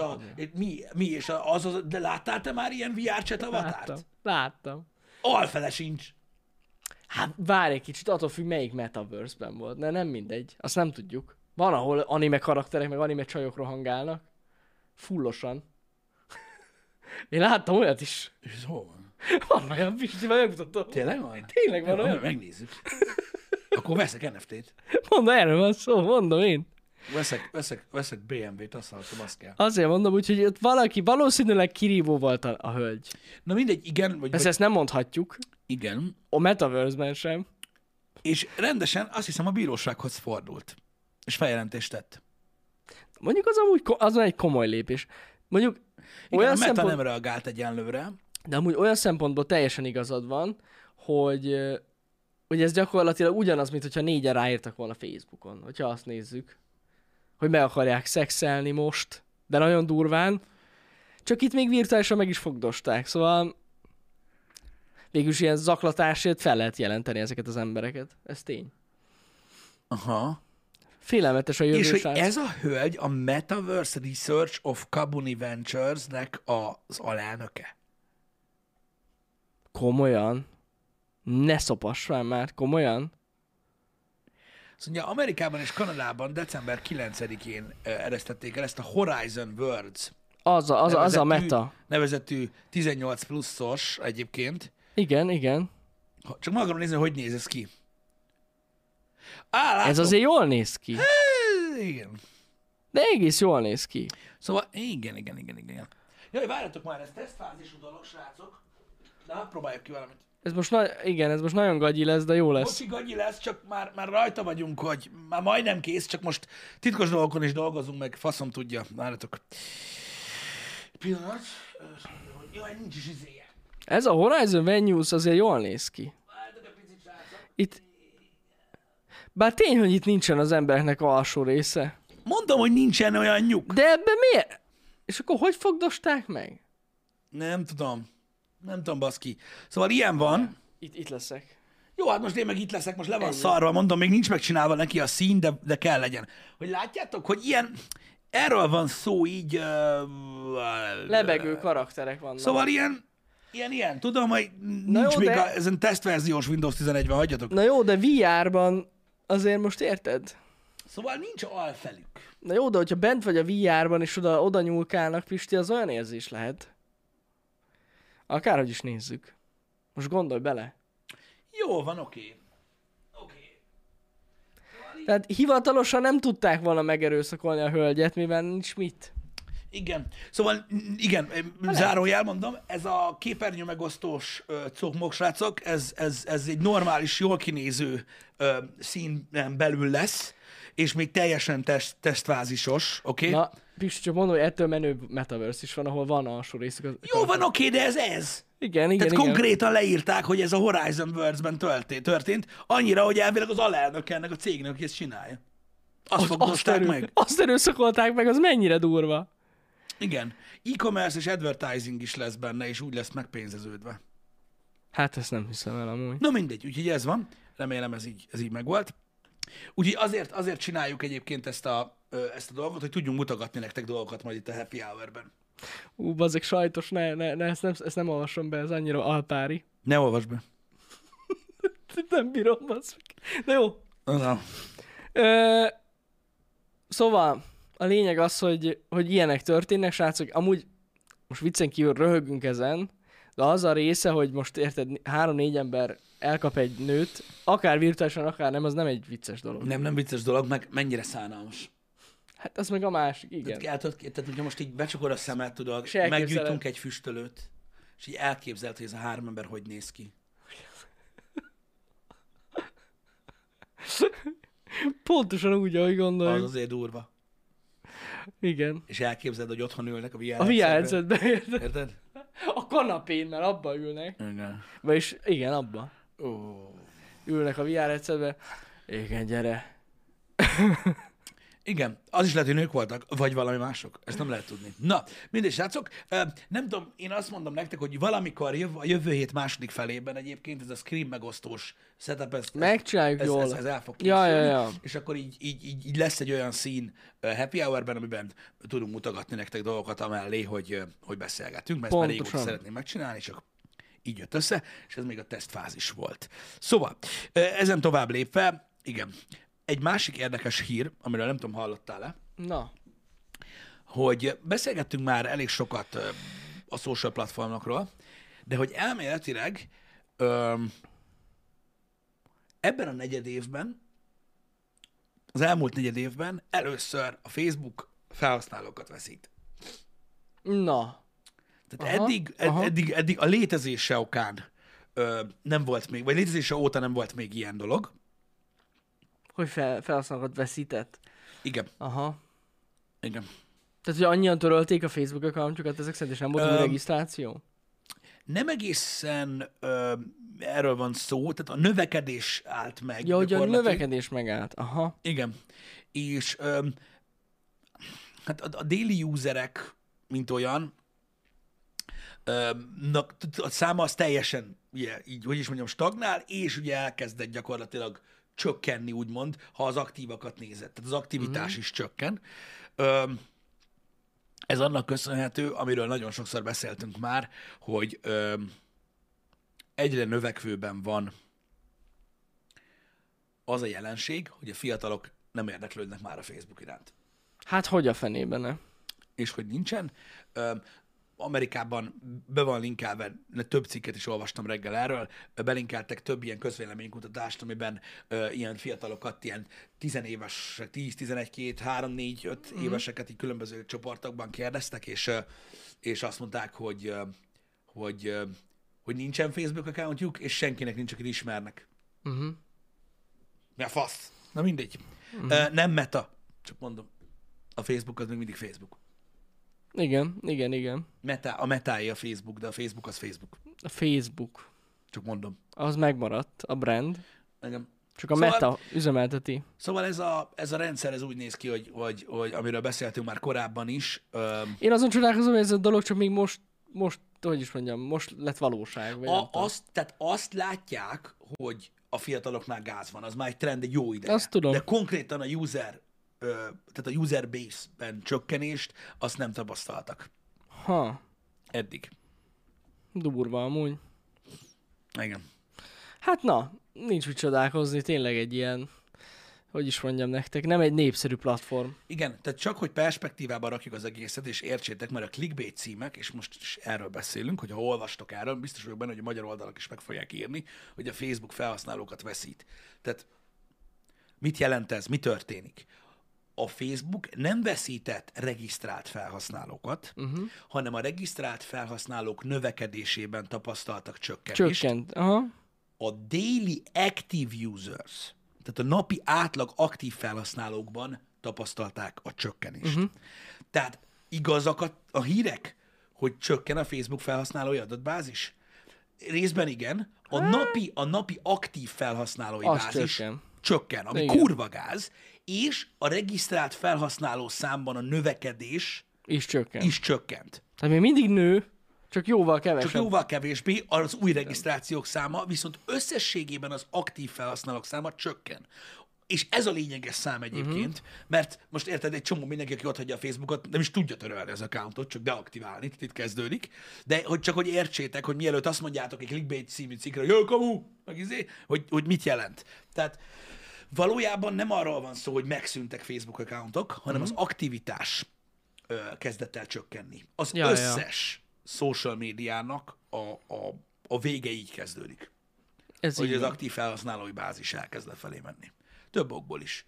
de láttál te már ilyen VR chat avatárt? Láttam. Alfele sincs. Hát várj egy kicsit, attól függ, melyik Metaverse-ben volt, de nem mindegy, azt nem tudjuk. Van, ahol anime karakterek, meg anime csajok rohangálnak. Fullosan. Én láttam olyat is. És hol van? Van olyan, Pisti, már megmutatom. Tényleg van? Tényleg van olyan. Megnézzük. Akkor veszek NFT-t. Mondom, erről van szó, mondom én. Veszek BMW-t, azt hallottam, azt kell. Azért mondom, úgyhogy ott valaki valószínűleg kirívó volt a hölgy. Na mindegy, igen. Ezt nem mondhatjuk. Igen. A Metaverse-ben sem. És rendesen azt hiszem a bírósághoz fordult. És feljelentést tett. Mondjuk az egy komoly lépés. Mondjuk igen, olyan a Meta nem reagált egyenlőre. De amúgy olyan szempontból teljesen igazad van, hogy ez gyakorlatilag ugyanaz, mint hogyha 4-en ráírtak volna Facebookon, hogyha azt nézzük. Hogy meg akarják szexelni most, de nagyon durván. Csak itt még virtuálisan meg is fogdosták, szóval végülis ilyen zaklatásért fel lehet jelenteni ezeket az embereket. Ez tény. Aha. Félelmetes a jövő. És hogy ez a hölgy a Metaverse Research of Kabuni Ventures-nek az alelnöke. Komolyan? Ne szopass már, komolyan? Azt mondja, Amerikában és Kanadában december 9-én eresztették el ezt a Horizon Worlds. Az a Meta. Nevezetű 18 pluszos egyébként. Igen. Csak meg akarom nézni, hogy néz ez ki. Ez azért jól néz ki. Igen. De egész jól néz ki. Szóval igen. Jaj, várjatok már, ez tesztfázisú dolog, srácok. De hát próbáljuk ki valamit. Ez most nagyon gagyi lesz, de jó lesz. Bocsi, gagyi lesz, csak már rajta vagyunk, hogy már majdnem kész, csak most titkos dolgokon is dolgozunk, meg faszom tudja. Várjatok. Pillanat. Jaj, nincs is izéje. Ez a Horizon Venues azért jól néz ki. Várjatok egy picit, srácok. Itt... Bár tény, hogy itt nincsen az embereknek alsó része. Mondom, hogy nincsen olyan nyug. De ebben miért? És akkor hogy fogdosták meg? Nem tudom. Nem tudom, baszki. Szóval ilyen van. Itt leszek. Jó, hát most én meg itt leszek, most le van Ennyi. szarva, mondom, még nincs megcsinálva neki a szín, de kell legyen. Hogy látjátok, hogy ilyen, erről van szó így... Lebegő karakterek vannak. Szóval ilyen, tudom, hogy Na nincs jó, még de- ezen tesztverziós Windows 11-ben, hagyjatok. Na jó, de VR-ban azért most érted? Szóval nincs alfelük. Na jó, de hogyha bent vagy a VR-ban, és oda nyúlkálnak, Pisti, az olyan érzés lehet. Akárhogy is nézzük. Most gondolj bele. Jó van, oké. Tehát hivatalosan nem tudták volna megerőszakolni a hölgyet, mivel nincs mit. Igen. Szóval, igen, zárójel mondom, ez a képernyő megosztós cokmok, srácok, ez egy normális, jól kinéző színen belül lesz, és még teljesen tesztfázisos, oké? Na, Pisti, csak mondom, hogy ettől menőbb metaverse is van, ahol van alsó részük. Jó van, oké, de ez. Igen. Tehát konkrétan leírták, hogy ez a Horizon Worlds-ben történt, annyira, hogy elvileg az alelnök ennek a cégnek, aki ezt csinálja. Azt fogdosták meg. Azt erőszakolták meg, az mennyire durva. Igen. E-commerce és advertising is lesz benne, és úgy lesz megpénzeződve. Hát ezt nem hiszem el amúgy. Na mindegy, úgyhogy ez van. Remélem ez így megvolt. Úgyhogy azért csináljuk egyébként ezt a dolgot, hogy tudjunk mutogatni nektek dolgokat majd itt a Happy Hour-ben. Bazzeg sajtos, ne ezt nem olvasom be, ez annyira alpári. Ne olvasd be. Nem bírom, bazzeg. De jó. Na. Szóval, a lényeg az, hogy ilyenek történnek, srácok. Amúgy most viccen kívül röhögünk ezen, de az a része, hogy most érted, 3-4 ember elkap egy nőt, akár virtuálisan, akár nem, az nem egy vicces dolog. Nem vicces dolog, meg mennyire szánalmas. Hát az meg a másik, igen. Tehát, hogyha most így becsukod a szemed, tudod, És elképzeled. meggyújtunk egy füstölőt, és így elképzeled, hogy ez a 3 ember hogy néz ki. Pontosan úgy, ahogy Az gondoljuk. azért durva. Igen. És elképzeled, hogy otthon ülnek a VR A VR headsetben, érted? Érted? A kanapén, mert abba ülnek. Igen. Vagyis igen, abba. Ó. Ülnek a VR headsetben. Igen, gyere. Igen, az is lehet, hogy nők voltak, vagy valami mások. Ezt nem lehet tudni. Na, mindegy, srácok. Nem tudom, én azt mondom nektek, hogy valamikor a jövő hét második felében egyébként ez a screen megosztós setup, Megcsináljuk jól. ez el fog készülni, Ja. és akkor így lesz egy olyan szín Happy Hour-ben, amiben tudunk mutogatni nektek dolgokat amellé, hogy beszélgetünk, mert ezt már régóta Pontosan. szeretném megcsinálni, csak így jött össze, és ez még a tesztfázis volt. Szóval, ezen tovább lépve, igen, egy másik érdekes hír, amiről nem tudom, hallottál-e, Na, hogy beszélgettünk már elég sokat a social platformokról, de hogy elméletileg ebben a negyedévben, az elmúlt negyedévben először a Facebook felhasználókat veszít. na. Tehát Aha. eddig a létezése okán nem volt még, vagy létezése óta nem volt még ilyen dolog. Hogy felhasználókat veszített. Igen, Aha. igen. Tehát, hogy annyian törölték a Facebook accountjukat, ezek szerint is nem volt új regisztráció? Nem egészen erről van szó, tehát a növekedés állt meg. Ja, hogy a gyakorlatilag. növekedés megállt. Aha. Igen. És hát a daily userek, mint olyan, a száma az teljesen, ugye, így, hogy is mondjam, stagnál, és ugye elkezdett gyakorlatilag csökkenni, úgymond, ha az aktívakat nézed. Tehát az aktivitás is csökken. Ez annak köszönhető, amiről nagyon sokszor beszéltünk már, hogy egyre növekvőben van az a jelenség, hogy a fiatalok nem érdeklődnek már a Facebook iránt. Hát hogy a fenében, ne? És hogy nincsen. Amerikában be van linkelve, több cikket is olvastam reggel erről, belinkeltek több ilyen közvéleménykutatást, amiben ilyen fiatalokat, ilyen 10 évesek, 10, 11, 2, 3, 4, 5 éveseket így különböző csoportokban kérdeztek, és azt mondták, hogy nincsen Facebook accountjuk, és senkinek nincs, akit ismernek. Mi a fasz? Na mindegy. Nem Meta, csak mondom. A Facebook az még mindig Facebook. Igen. A metája a Facebook, de a Facebook az Facebook. A Facebook. Csak mondom. Az megmaradt, a brand. Engem. Csak a Szóval- Meta üzemelteti. Szóval ez a rendszer ez úgy néz ki, hogy amiről beszéltünk már korábban is. Én azon csodálkozom, hogy ez a dolog csak még most hogy is mondjam, most lett valóság. Vagy nem tudom. Tehát azt látják, hogy a fiataloknál gáz van, az már egy trend egy jó ideje. Azt tudom. De konkrétan tehát a user base-ben csökkenést, azt nem tapasztaltak. Ha, Eddig. durva amúgy. Igen. Hát na, nincs mit csodálkozni, tényleg egy ilyen, hogy is mondjam nektek, nem egy népszerű platform. Igen, tehát csak, hogy perspektívába rakjuk az egészet, és értsétek, mert a clickbait címek, és most is erről beszélünk, hogy ha olvastok erről, biztos vagyok benne, hogy a magyar oldalak is meg fogják írni, hogy a Facebook felhasználókat veszít. Tehát mit jelent ez? Mi történik? A Facebook nem veszített regisztrált felhasználókat, hanem a regisztrált felhasználók növekedésében tapasztaltak csökkenést. Csökkent, aha. A daily active users, tehát a napi átlag aktív felhasználókban tapasztalták a csökkenést. Tehát igazak a hírek, hogy csökken a Facebook felhasználói adatbázis? Részben igen. A napi aktív felhasználói Az bázis csökken. csökken, ami Igen. kurva gáz, és a regisztrált felhasználó számban a növekedés Is csökken. is csökkent. Tehát még mindig nő, csak jóval kevesebb. Csak jóval kevésbé az új regisztrációk száma, viszont összességében az aktív felhasználók száma csökken. És ez a lényeges szám egyébként, mert most érted, egy csomó mindenki, aki ott hagyja a Facebookot, nem is tudja törölni az accountot, csak deaktiválni, itt kezdődik. De hogy értsétek, hogy mielőtt azt mondjátok egy clickbait című cikkre, hogy jó, kamu, meg hogy mit jelent. Tehát valójában nem arról van szó, hogy megszűntek Facebook accountok, hanem az aktivitás kezdett el csökkenni. Az összes social médiának a vége így kezdődik. Ez Hogy így az van. aktív felhasználói bázis elkezd lefelé menni. Több okból is.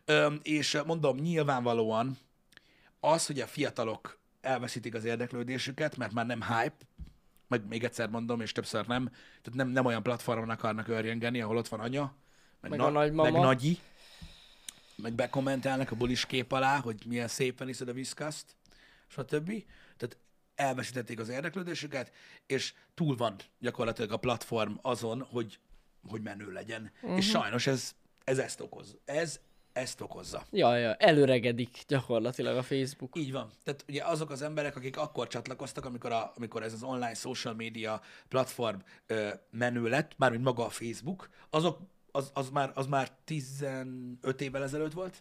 És mondom, nyilvánvalóan az, hogy a fiatalok elveszítik az érdeklődésüket, mert már nem hype, meg még egyszer mondom, és többször nem, tehát nem olyan platformon akarnak örjengeni, ahol ott van anya, Meg a nagymama. meg nagyi, meg bekommentelnek a bulis kép alá, hogy milyen szépen iszod a viszkaszt, stb. Tehát elveszítették az érdeklődésüket, és túl van gyakorlatilag a platform azon, hogy menő legyen. És sajnos ez ezt okoz. Ezt okozza. Ja, előregedik gyakorlatilag a Facebook. Így van. Tehát ugye azok az emberek, akik akkor csatlakoztak, amikor ez az online social media platform menő lett, mármint maga a Facebook, az már 15 évvel ezelőtt volt,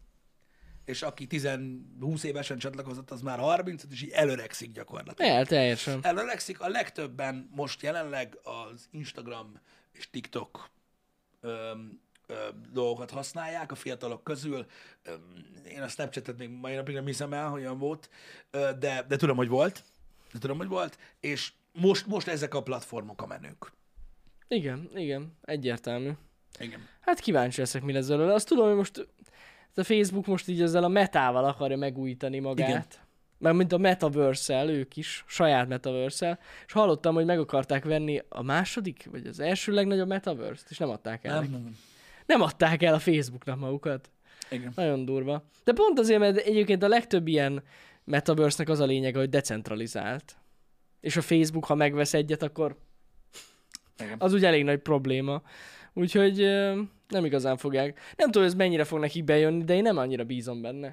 és aki 20 évesen csatlakozott, az már 30, és így előregszik gyakorlatilag. Teljesen. Előregszik, a legtöbben most jelenleg az Instagram és TikTok dolgokat használják a fiatalok közül. Én a Snapchatet még mai napig nem hiszem el, hogy olyan volt, de tudom, hogy volt. És most ezek a platformok a menők. Igen, egyértelmű. Igen. Hát kíváncsi leszek, mi lesz belőle. Azt tudom, hogy most a Facebook most így ezzel a metával akarja megújítani magát. Igen. Mert mint a Metaverse-el, ők is, saját Metaverse-el, és hallottam, hogy meg akarták venni a második, vagy az első legnagyobb Metaverse-t, és nem adták el. Nem adták el a Facebooknak magukat. Igen. Nagyon durva. De pont azért, mert egyébként a legtöbb ilyen Metaverse-nek az a lényege, hogy decentralizált. És a Facebook, ha megvesz egyet, akkor Igen. az úgy elég nagy probléma. Úgyhogy nem igazán fogják. Nem tudom, hogy ez mennyire fog nekik bejönni, de én nem annyira bízom benne.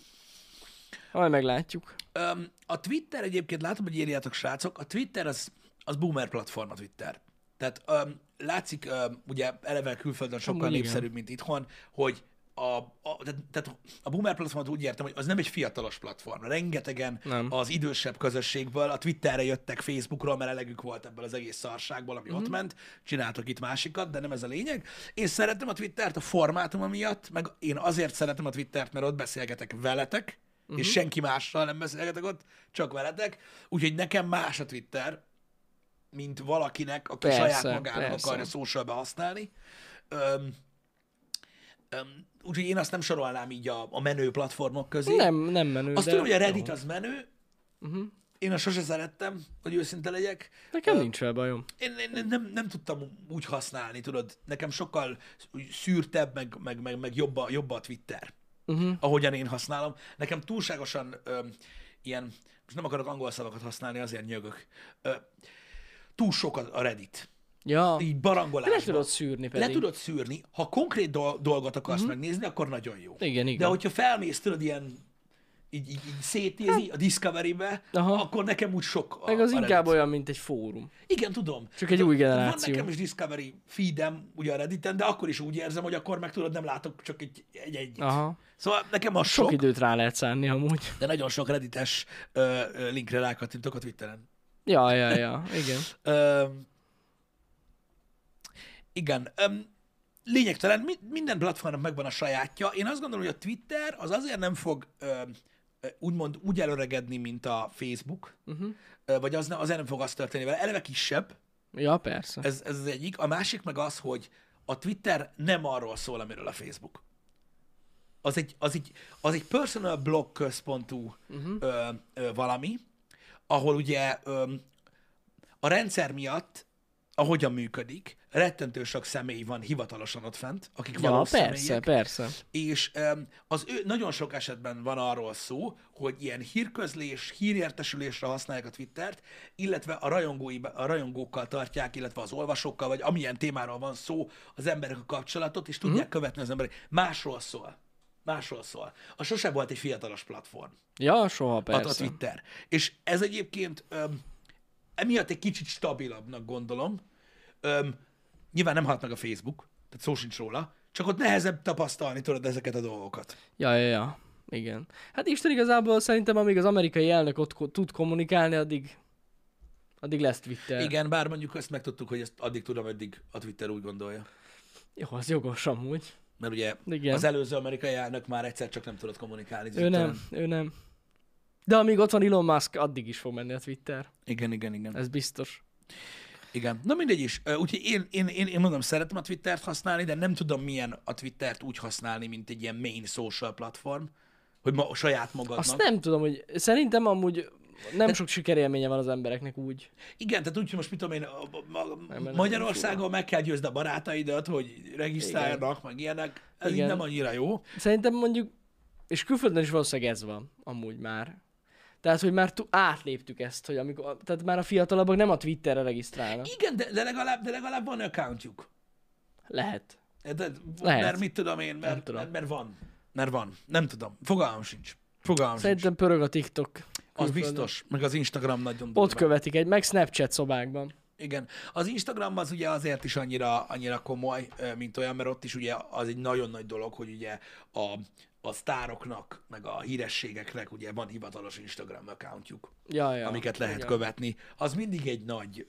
Majd meglátjuk. A Twitter egyébként, látom, hogy írjátok, srácok, a Twitter az boomer platform a Twitter. Tehát látszik, ugye eleve külföldön sokkal Amúgy igen. népszerűbb, mint itthon, hogy tehát a boomer platformot úgy értem, hogy az nem egy fiatalos platform. Rengetegen Nem. az idősebb közösségből a Twitterre jöttek Facebookról, mert elegük volt ebből az egész szarságból, ami ott ment. Csináltak itt másikat, de nem ez a lényeg. Én szeretem a Twittert a formátuma miatt, meg én azért szeretem a Twittert, mert ott beszélgetek veletek, és senki mással nem beszélgetek ott, csak veletek. Úgyhogy nekem más a Twitter, mint valakinek, aki Persze, saját magának persze. akarja socialbe használni. Úgyhogy én azt nem sorolnám így a menő platformok közé. Nem menő, Azt de tudom, hogy a jó. Reddit az menő. Én azt sose szerettem, hogy őszinte legyek. Nekem nincs vele bajom. Én nem tudtam úgy használni, tudod. Nekem sokkal szűrtebb, meg jobb a Twitter, ahogyan én használom. Nekem túlságosan ilyen, most nem akarok angol szavakat használni, azért nyögök. Túl sok a Reddit. Ja, Így de barangolásban. le tudod szűrni pedig. Le tudod szűrni. Ha konkrét dolgot akarsz megnézni, akkor nagyon jó. Igen. De hogyha felmész, tudod, ilyen így szétnézi a Discovery-be, Aha. akkor nekem úgy sok Meg az a inkább Reddit. olyan, mint egy fórum. Igen, tudom. Csak egy új generáció. Van nekem is Discovery feedem ugye a Redditen, de akkor is úgy érzem, hogy akkor meg tudod, nem látok csak egyet. Aha. Szóval nekem az Sok sok, időt rá lehet szánni amúgy. de nagyon sok reddites linkre rákattintok a Twitteren. Ja, igen. Ö, igen. Lényegtelen, minden platformnak megvan a sajátja. Én azt gondolom, hogy a Twitter az azért nem fog úgymond úgy előregedni, mint a Facebook, vagy azért nem fog az történni vele. Eleve kisebb, Ja, persze. ez az egyik. A másik meg az, hogy a Twitter nem arról szól, amiről a Facebook. Az egy personal blog központú valami, ahol ugye a rendszer miatt, ahogyan működik, rettentő sok személy van hivatalosan ott fent, akik Ja, valós persze, személyek, persze. és az ő nagyon sok esetben van arról szó, hogy ilyen hírközlés, hírértesülésre használják a Twittert, illetve a rajongókkal tartják, illetve az olvasókkal, vagy amilyen témáról van szó, az emberek a kapcsolatot, és tudják követni az emberek. Másról szól. Az sose volt egy fiatalos platform. Ja, soha A persze. Twitter. És ez egyébként emiatt egy kicsit stabilabbnak gondolom. Nyilván nem halt meg a Facebook, tehát szó sincs róla, csak ott nehezebb tapasztalni tudod ezeket a dolgokat. Ja. Igen. Hát Isten igazából szerintem, amíg az amerikai elnök ott tud kommunikálni, addig lesz Twitter. Igen, bár mondjuk ezt megtudtuk, hogy ezt addig tudom, addig a Twitter úgy gondolja. Jó, az jogos amúgy. Mert ugye Igen. az előző amerikai elnök már egyszer csak nem tudott kommunikálni. Ő nem. De amíg ott van Elon Musk, addig is fog menni a Twitter. Igen. Ez biztos. Igen. Na mindegy is. Úgyhogy én mondom, szeretem a Twittert használni, de nem tudom milyen a Twittert úgy használni, mint egy ilyen main social platform, hogy saját magadnak. Azt nem tudom, hogy szerintem amúgy nem sok sikerélménye van az embereknek úgy. Igen, tehát úgy, hogy most mit tudom én, Nem Magyarországon meg kell győzni a barátaidat, hogy regisztráljanak, meg ilyenek. Ez így Igen. nem annyira jó. Szerintem mondjuk, és külföldön is valószínűleg ez van, amúgy már. Tehát, hogy már átléptük ezt, hogy tehát már a fiatalabbak nem a Twitterre regisztrálnak. Igen, de legalább van accountjuk. Lehet. Lehet. Lehet. Mert mit tudom én, mert van. Mert van. Nem tudom. Fogalmam sincs. Szerintem pörög a TikTok. Az külföldön. biztos. Meg az Instagram nagyon Ott durva. követik meg Snapchat szobákban. Igen. Az Instagram az ugye azért is annyira komoly, mint olyan, mert ott is ugye az egy nagyon nagy dolog, hogy ugye a sztároknak, meg a hírességeknek ugye van hivatalos Instagram accountjuk, Ja. amiket lehet Igen. követni. Az mindig egy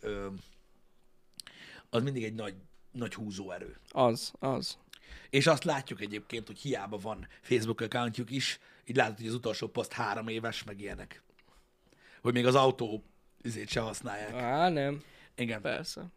nagy húzóerő. Az. És azt látjuk egyébként, hogy hiába van Facebook accountjuk is, így látod, hogy az utolsó poszt 3 éves, meg ilyenek. Hogy még az autó üzét se használják. Á, nem. Igen. Persze.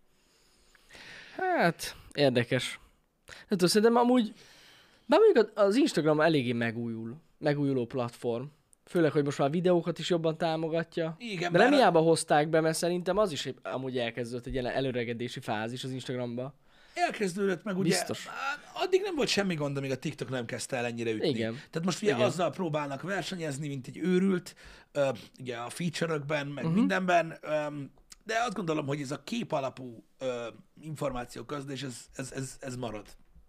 Hát, érdekes. Nem tudom, szerintem amúgy, bár mondjuk az Instagram eléggé megújuló platform. Főleg, hogy most már videókat is jobban támogatja. Igen, De nem bár- hiába hozták be, mert szerintem az is amúgy elkezdődött egy ilyen előregedési fázis az Instagramba. Elkezdődött meg ugye, Biztos. addig nem volt semmi gond, amíg a TikTok nem kezdte el ennyire ütni. Igen. Tehát most ugye Igen. azzal próbálnak versenyezni, mint egy őrült, ugye a feature-ökben, meg mindenben, de azt gondolom, hogy ez a kép alapú információ közlés, ez marad.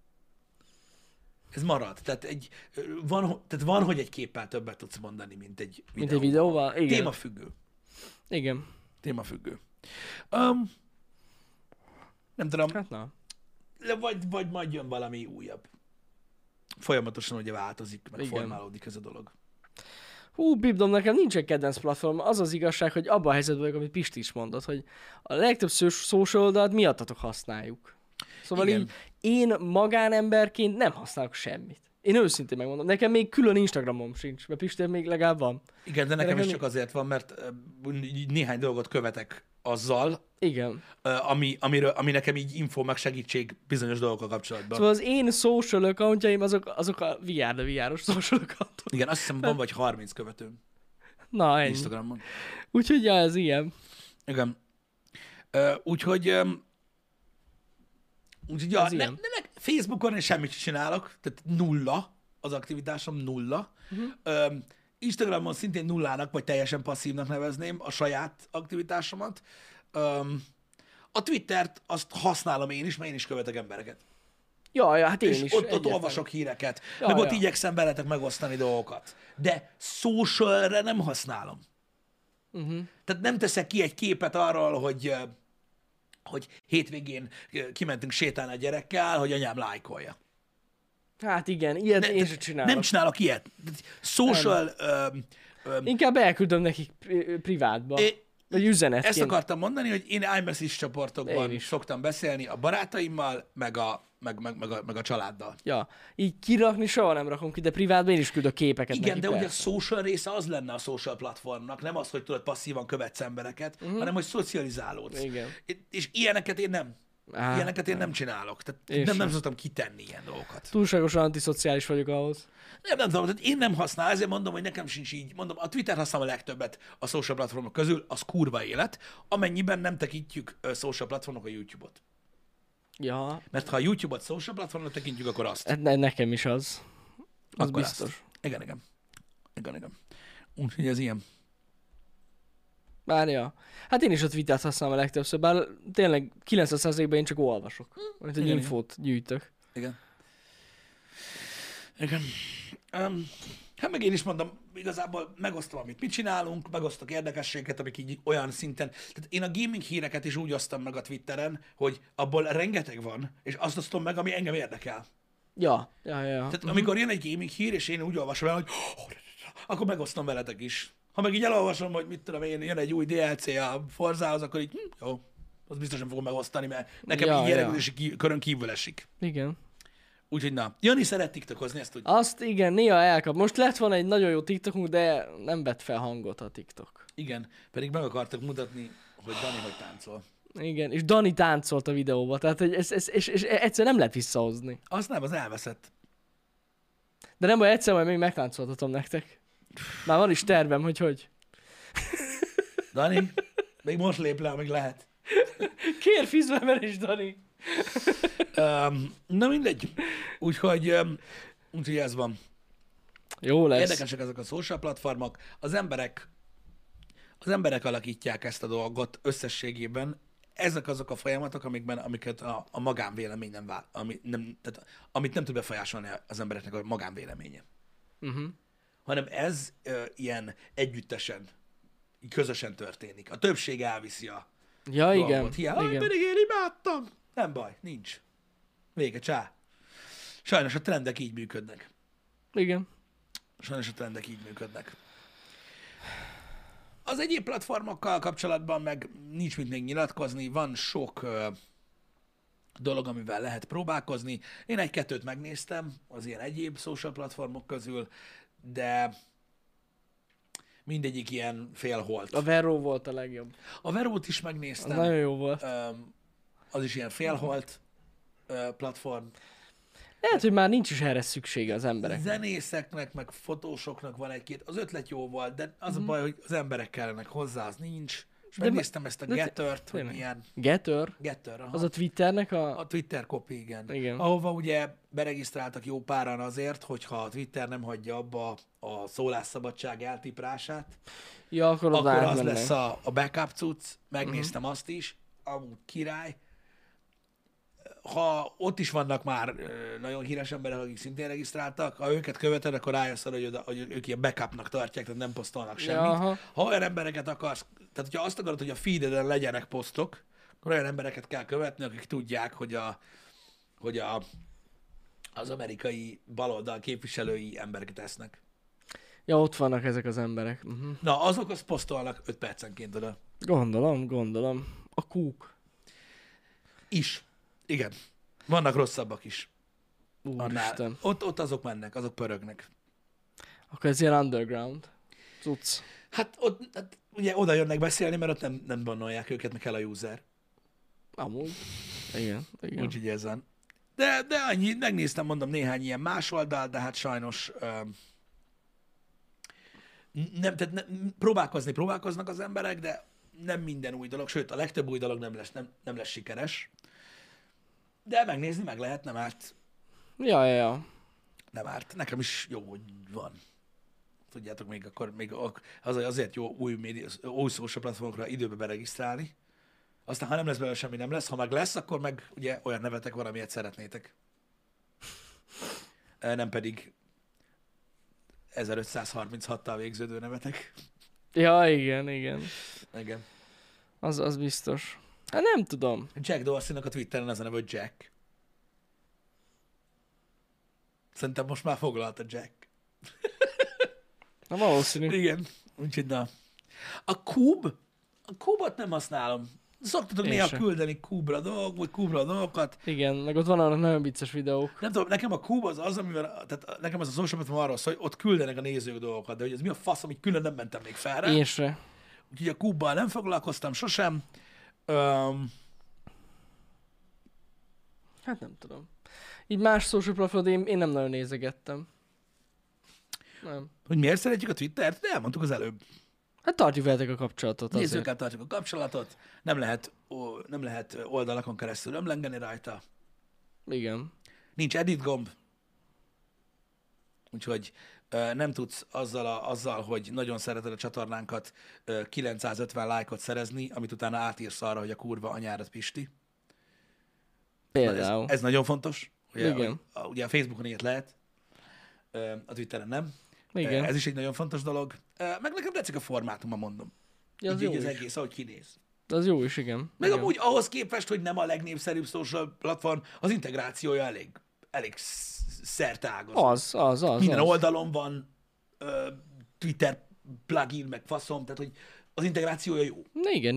Ez marad. Tehát, van, hogy egy képpel többet tudsz mondani, mint egy videó. Mint egy videóval? Igen. Témafüggő. Igen. Témafüggő. Nem tudom, Hát na. vagy majd jön valami újabb. Folyamatosan ugye változik, meg Igen. formálódik ez a dolog. Bibdom, nekem nincsen kedvenc platform. Az az igazság, hogy abban a helyzetben vagyok, amit Pisti is mondott, hogy a legtöbb social oldalt miattatok használjuk. Szóval Igen. így én magánemberként nem használok semmit. Én őszintén megmondom. Nekem még külön Instagramom sincs, mert Pisti még legalább van. Igen, de nekem nekem is csak azért van, mert néhány dolgot követek azzal, Igen. ami nekem így info, meg segítség bizonyos dolgokkal kapcsolatban. Szóval az én social accountjaim azok a VR-os social accountok. Igen, azt hiszem van vagy 30 követőm Na, ennyi. Instagramon. Úgyhogy ja, ez ilyen. Igen. Úgyhogy ja, Ez ilyen. Facebookon én semmit sem csinálok, tehát nulla az aktivitásom, nulla. Instagramon szintén nullának, vagy teljesen passzívnak nevezném a saját Ja, hát én és is. ott egyértelmű. olvasok híreket, Ja, meg ott ja. igyekszem veletek megosztani dolgokat. De socialre nem használom. Tehát nem teszek ki egy képet arról, hogy hétvégén kimentünk sétálni a gyerekkel, hogy anyám lájkolja. Hát igen, ilyet én sem csinálok. Nem csinálok ilyet. Social... Inkább elküldöm nekik privátba. Vagy üzenetként. Ezt akartam mondani, hogy én iMessage csoportokban Én is. szoktam beszélni a barátaimmal, meg a családdal. Ja, így kirakni soha nem rakom ki, de privátban én is küldök képeket Igen, neki, de ugye a persze. social része az lenne a social platformnak, nem az, hogy tudod passzívan követsz embereket, hanem hogy szocializálódsz. Igen. És ilyeneket én nem. Á, Ilyeneket én nem csinálok. Tehát Én nem sem. szoktam kitenni ilyen dolgokat. Túlságosan antiszociális vagyok ahhoz. Nem tudom, tehát én nem használom, ezért mondom, hogy nekem sincs így. Mondom, a Twitter használom a legtöbbet a social platformok közül, az kurva élet, amennyiben nem tekintjük social platformok a YouTube-ot. Ja, Mert ha a YouTube-ot social platformnak tekintjük, akkor azt. hát nekem is az. Az Akkor biztos. Azt. Igen. Úgyhogy ez ilyen. Bár hát én is a Twittert használom a legtöbbször, bár tényleg 90%-ban én csak olvasok. Mint egy igen, infót gyűjtök. Igen. Hát meg én is mondom, igazából megosztom, amit mit csinálunk, megosztok érdekességeket, amik így olyan szinten. Tehát én a gaming híreket is úgy osztam meg a Twitteren, hogy abból rengeteg van, és azt osztom meg, ami engem érdekel. Ja. Tehát amikor jön egy gaming hír, és én úgy olvasom el, hogy akkor megosztom veletek is. Ha meg így elolvasom, hogy mit tudom én, jön egy új DLC a Forzához, akkor így jó, azt biztosan fogom megosztani, mert nekem így érdeklődési körön kívül esik. Igen. Úgyhogy na, Jani szeret tiktokozni, ezt tudjuk. Azt igen, néha elkap. Most lett van egy nagyon jó TikTokunk, de nem vett fel hangot a TikTok. Igen, pedig meg akartak mutatni, hogy Dani hogy táncol. Igen, és Dani táncolt a videóba, tehát hogy és egyszer nem lehet visszahozni. Az nem, az elveszett. De nem baj, egyszer majd még megtáncoltatom nektek. Már van is tervem, hogy. Dani, még most lép le, amíg lehet. Kér fizbemen is, Dani. Na mindegy. Úgyhogy ez van. Jó lesz. Érdekesek ezek a social platformok. Az emberek alakítják ezt a dolgot összességében. Ezek azok a folyamatok, amiket a magánvélemény amit nem tud befolyásolni az embereknek a magánvéleménye. Hanem ez ilyen együttesen, közösen történik. A többség elviszi a Ja, igen. dolgot. Hiába, Igen. pedig én imádtam. Nem baj, nincs. Vége, csá. Sajnos a trendek így működnek. Igen. Az egyéb platformokkal kapcsolatban meg nincs mit még nyilatkozni, van sok dolog, amivel lehet próbálkozni. Én egy-kettőt megnéztem az ilyen egyéb social platformok közül, de mindegyik ilyen félholt. A Vero volt a legjobb. A Verót is Az megnéztem, nagyon jó volt. az is ilyen félholt platform. Lehet, hogy már nincs is erre szüksége az emberek. Zenészeknek, meg fotósoknak van egy-két, az ötlet jó volt, de az a baj, hogy az emberek kellenek hozzá, az nincs. És megnéztem ezt a Gettert, hogy tényleg. milyen... Getter? aha. Az a Twitternek A Twitter copy, igen. Igen. Ahova ugye beregisztráltak jó páran azért, hogyha a Twitter nem hagyja abba a szólásszabadság eltiprását, Ja, akkor akkor az átmennek. lesz a backup cucc. Megnéztem azt is, amúgy király. Ha ott is vannak már nagyon híres emberek, akik szintén regisztráltak, ha őket követed, akkor rájössz arra, hogy ők ilyen backupnak tartják, tehát nem posztolnak semmit. aha. Ha olyan embereket akarsz, tehát hogyha azt akarod, hogy a feededen legyenek posztok, akkor olyan embereket kell követni, akik tudják, hogy az amerikai baloldal képviselői embereket tesznek. Ja, ott vannak ezek az emberek. Na, azok azt posztolnak 5 percenként oda. Gondolom. A kúk. Is. Igen. Vannak rosszabbak is. Úristen. Ott azok mennek, azok pörögnek. Akkor ez ilyen underground. Cucc. Hát ugye oda jönnek beszélni, mert ott nem bannolják őket, meg kell a user. Amúgy. Igen. Úgyhogy ez van. De annyi, megnéztem, mondom, néhány ilyen más oldal, de hát sajnos próbálkoznak az emberek, de nem minden új dolog, sőt, a legtöbb új dolog nem lesz sikeres. De megnézni meg lehet, nem árt. Ja. Nem árt. Nekem is jó, hogy van. Tudjátok, még azért jó új social platformokra időbe beregisztrálni. Aztán, ha nem lesz belőle semmi, nem lesz. Ha meg lesz, akkor meg ugye olyan nevetek van, amilyet szeretnétek. nem pedig 1536-tal végződő nevetek. Ja, igen, igen. Igen. Az biztos. Hát nem tudom. Jack Dorsey-nak a Twitteren az a neve, hogy Jack. Szerintem most már foglalt a Jack. Na valószínű. Igen. Úgyhogy na. A Cube-ot nem használom. Szoktatok Én néha se. küldeni Cube-ra dolgokat. Igen, meg ott van annak nagyon vicces videók. Nem tudom, nekem a Cube az, amivel, tehát nekem az a social platform arról szól, hogy ott küldenek a nézők dolgokat, de hogy ez mi a fasz, amit külön nem mentem még fel rá. Én se. Úgyhogy a Cube-bal nem foglalkoztam sosem. Hát nem tudom. Így más social platformot én nem nagyon nézegettem. Nem. Hogy miért szeretjük a Twittert? De elmondtuk az előbb. Hát tartjuk veletek a kapcsolatot azért. Nézőkkel tartjuk a kapcsolatot, nem lehet oldalakon keresztül ömlengeni rajta. Igen. Nincs edit gomb, úgyhogy nem tudsz azzal, hogy nagyon szereted a csatornánkat, 950 lájkot szerezni, amit utána átírsz arra, hogy a kurva anyárat Pisti. Például. Ez nagyon fontos. Ugye, Igen. Ugye a Facebookon ilyet lehet, a Twitteren nem. Igen. Ez is egy nagyon fontos dolog. Meg nekem tetszik a formátuma, mondom. Ja, az így jó az is. egész, ahogy kinéz. Az jó is, igen. Meg Igen. amúgy ahhoz képest, hogy nem a legnépszerűbb social platform, az integrációja elég szerteágazó. Az. Minden oldalon van Twitter plugin, meg faszom, tehát hogy az integrációja jó. Igen.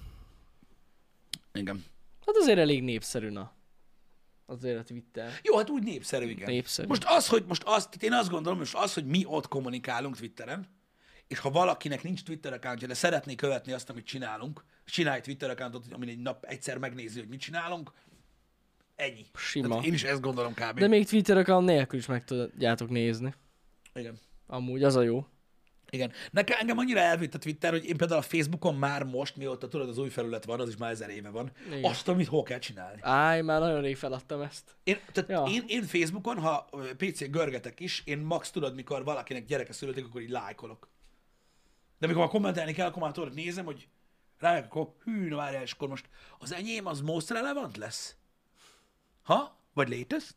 Igen. Hát azért elég népszerű, na. Azért a Twitter. Jó, hát úgy népszerű, igen. Népszerű. Én azt gondolom, hogy mi ott kommunikálunk Twitteren, és ha valakinek nincs Twitter accountja, de szeretné követni azt, amit csinálunk, csinálj Twitter accountot, amin egy nap egyszer megnézi, hogy mit csinálunk, ennyi. Sima. Tehát én is ezt gondolom kb. De még Twitter account nélkül is meg tudjátok nézni. Igen. Amúgy az a jó. Igen. Engem annyira elvitt a Twitter, hogy én például a Facebookon már most, mióta tudod, az új felület van, az is már 1000 éve van, Igen. azt tudom, mit hol kell csinálni. Már nagyon rég feladtam ezt. Ja. Én Facebookon, ha PC-n görgetek is, én max tudod, mikor valakinek gyereke születik, akkor így lájkolok. De amikor már kommentelni kell, akkor már tudod, nézem, hogy rájövök, akkor na várjál, és akkor most az enyém az most relevant lesz? Ha? Vagy latest?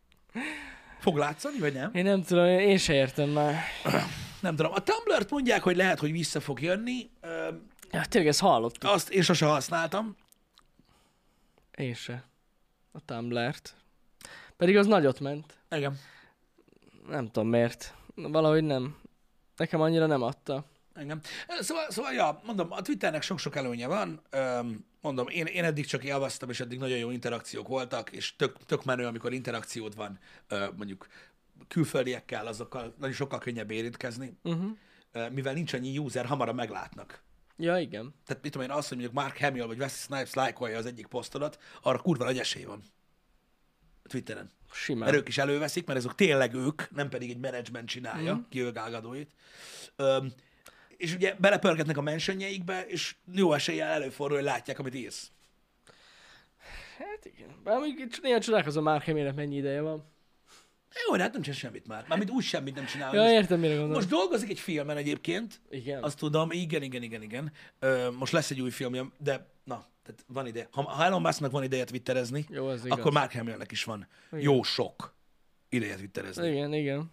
Fog látszani, vagy nem? Én nem tudom, én se értem már. Nem tudom. A Tumblr-t mondják, hogy lehet, hogy vissza fog jönni. Ja, tényleg ezt hallottuk. Azt én sose használtam. Én se. A Tumblr-t. Pedig az nagyot ment. Igen. Nem tudom miért. Valahogy nem. Nekem annyira nem adta. Engem. Szóval, ja, mondom, a Twitternek sok-sok előnye van. Mondom, én eddig csak javasztam, és eddig nagyon jó interakciók voltak, és tök menő, amikor interakciód van, mondjuk külföldiekkel, azokkal nagyon sokkal könnyebb érintkezni, mivel nincs annyi user, hamarabb meglátnak. Ja, igen. Tehát mit tudom én, az, hogy mondjuk Mark Hamill vagy Wesley Snipes lájkolja az egyik posztodat, arra kurva nagy esély van. A Twitteren. Simán. Mert ők is előveszik, mert ezek tényleg ők, nem pedig egy menedzsment csinálja, kiölgálgadóit. És ugye belepörgetnek a mentionjeikbe, és jó eséllyel előfordul, hogy látják, amit írsz. Hát igen. Bár mondjuk néha csodálkozom, Mark Hamillnek mennyi ideje van. Jó, de hát nem csinál semmit már. Mármint úgy semmit nem csinál. Ja, értem, mire gondolom. Most dolgozik egy filmen egyébként. Igen. Azt tudom, igen. Most lesz egy új filmje, de na, tehát van ide. Ha Elon Musknak van ideje twitterezni, Jó, az igaz. akkor Mark Hamillnek is van jó sok ideje twitterezni. Igen.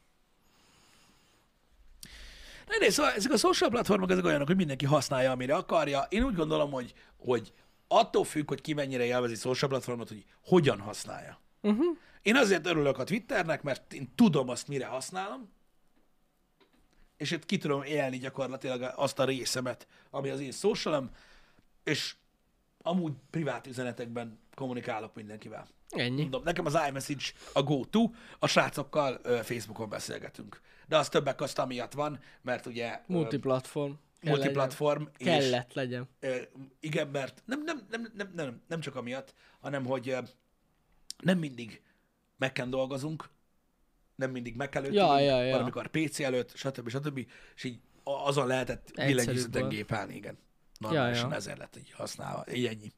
De szóval ezek a social platformok ezek olyanok, hogy mindenki használja, amire akarja. Én úgy gondolom, hogy attól függ, hogy ki mennyire élvezi social platformot, hogy hogyan használja. Én azért örülök a Twitternek, mert én tudom azt, mire használom, és itt ki tudom élni gyakorlatilag azt a részemet, ami az én socialom, és amúgy privát üzenetekben kommunikálok mindenkivel. Ennyi. Mondom, nekem az iMessage a go-to, a srácokkal Facebookon beszélgetünk. De az többek közt amiatt van, mert ugye... Multiplatform. Multiplatform. Kellett legyen. Igen, mert nem csak amiatt, hanem hogy nem mindig Mac-en dolgozunk, nem mindig Mac előtt ülünk, valamikor PC előtt, stb. És így azon lehetett billentyűzeten gépelni, igen. Normálisan ezért lett így használva. Így ennyi.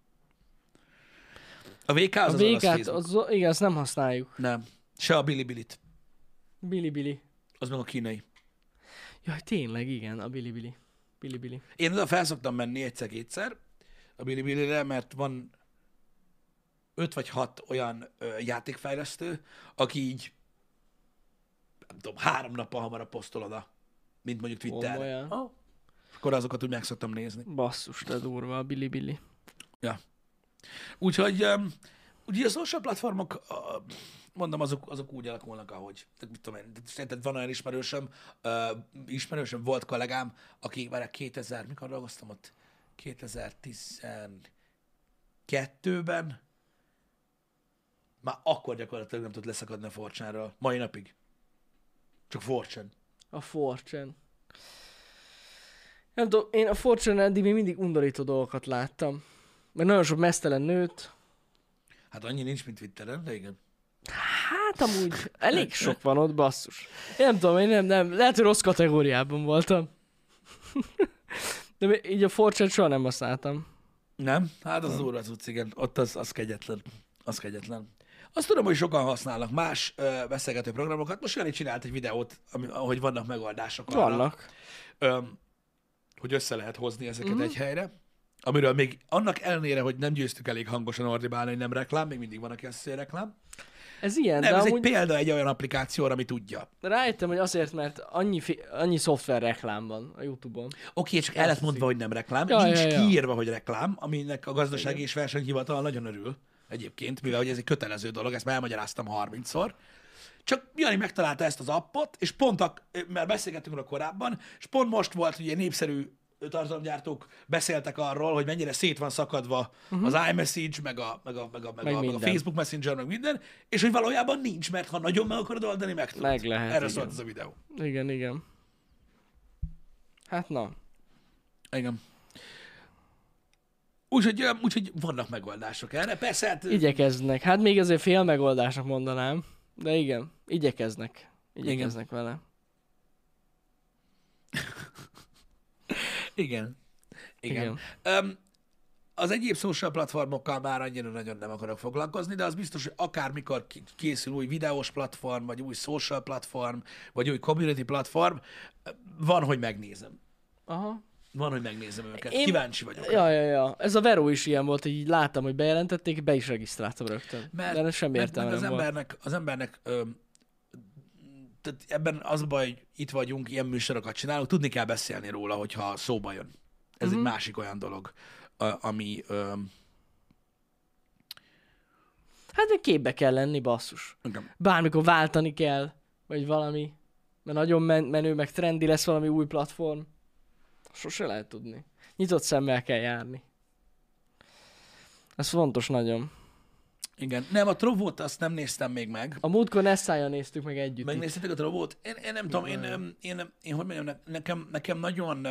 A VK az az Facebook. Igen, azt nem használjuk. Nem. Se a Bilibilit. Bilibili. Az meg a kínai. Jaj, tényleg, igen, a Bilibili. Én oda fel szoktam menni egyszer-kétszer a Bilibilire, mert van 5 vagy 6 olyan játékfejlesztő, aki így nem tudom, 3 nappal hamarabb posztol oda, mint mondjuk Twitterre. Komolyan? Ah. Akkor azokat úgy meg szoktam nézni. Basszus, te durva, a Bilibili. Ja. Úgyhogy ugye a social platformok, mondom, azok úgy alakulnak, ahogy. Tehát, mit tudom én, tehát van olyan ismerősöm, volt kollégám, aki már 2000, mikor dolgoztam ott? 2012-ben, már akkor gyakorlatilag nem tudott leszakadni a Forchanról. Mai napig. Csak Forchan. A Fortune. Nem tudom, én a Fortune eddig még mindig undorító dolgokat láttam. Mert nagyon sok meztelen nőt. Hát annyi nincs, mint Twitteren, de igen. Hát amúgy elég sok van ott, basszus. Én nem tudom, én nem. Lehet, hogy rossz kategóriában voltam. De így a Fortune soha nem használtam. Nem? Hát az durva cucc, igen. Ott az kegyetlen. Az kegyetlen. Azt tudom, hogy sokan használnak más beszélgető programokat. Most Jani csinált egy videót, ahogy vannak megoldások arra, Vannak. hogy össze lehet hozni ezeket egy helyre. Amiről még annak ellenére, hogy nem győztük elég hangosan ordibálni, hogy nem reklám, még mindig van, aki azt mondja, hogy reklám. Ez ilyen, Nem, de ez amúgy egy példa egy olyan applikációra, ami tudja. rájöttem, hogy azért, mert annyi szoftver reklám van a YouTube-on. Oké, csak el lett mondva, hogy nem reklám. Ja, Nincs ja. kiírva, hogy reklám, aminek a gazdasági és versenyhivatal nagyon örül egyébként, mivel hogy ez egy kötelező dolog, ezt már elmagyaráztam 30-szor. Csak Jani megtalálta ezt az appot, és mert beszélgettünk róla korábban, és pont most volt, hogy ilyen népszerű tartalomgyártók beszéltek arról, hogy mennyire szét van szakadva az iMessage, meg a Facebook Messenger, meg minden, és hogy valójában nincs, mert ha nagyon meg akarod oldani, meg tudod. Meg lehet, Erre igen. szólt ez a videó. Igen. Hát na. Igen. Úgyhogy vannak megoldások erre. Persze, hát... Igyekeznek. Hát még azért fél megoldásnak mondanám. De igen, igyekeznek vele. Igen. Az egyéb social platformokkal már annyira nagyon nem akarok foglalkozni, de az biztos, hogy akármikor készül új videós platform, vagy új social platform, vagy új community platform, van, hogy megnézem. Aha. Van, hogy megnézem őket. Kíváncsi vagyok. Ja. Ez a Vero is ilyen volt, hogy így láttam, hogy bejelentették, be is regisztráltam rögtön. De semmi értelme nem volt. Az embernek tehát ebben az a baj, hogy itt vagyunk, ilyen műsorokat csinálunk, tudni kell beszélni róla, hogyha szóba jön. Ez egy másik olyan dolog, ami... Hát de képbe kell lenni, basszus. Igen. Bármikor váltani kell, vagy valami. Mert nagyon menő, meg trendi lesz valami új platform. Sose lehet tudni. Nyitott szemmel kell járni. Ez fontos nagyon. Igen. Nem, a Trovót azt nem néztem még meg. A múltkor Nessájjal néztük meg együtt. Megnéztétek a Trovót? Én nem tudom, én hogy mondjam, nekem nagyon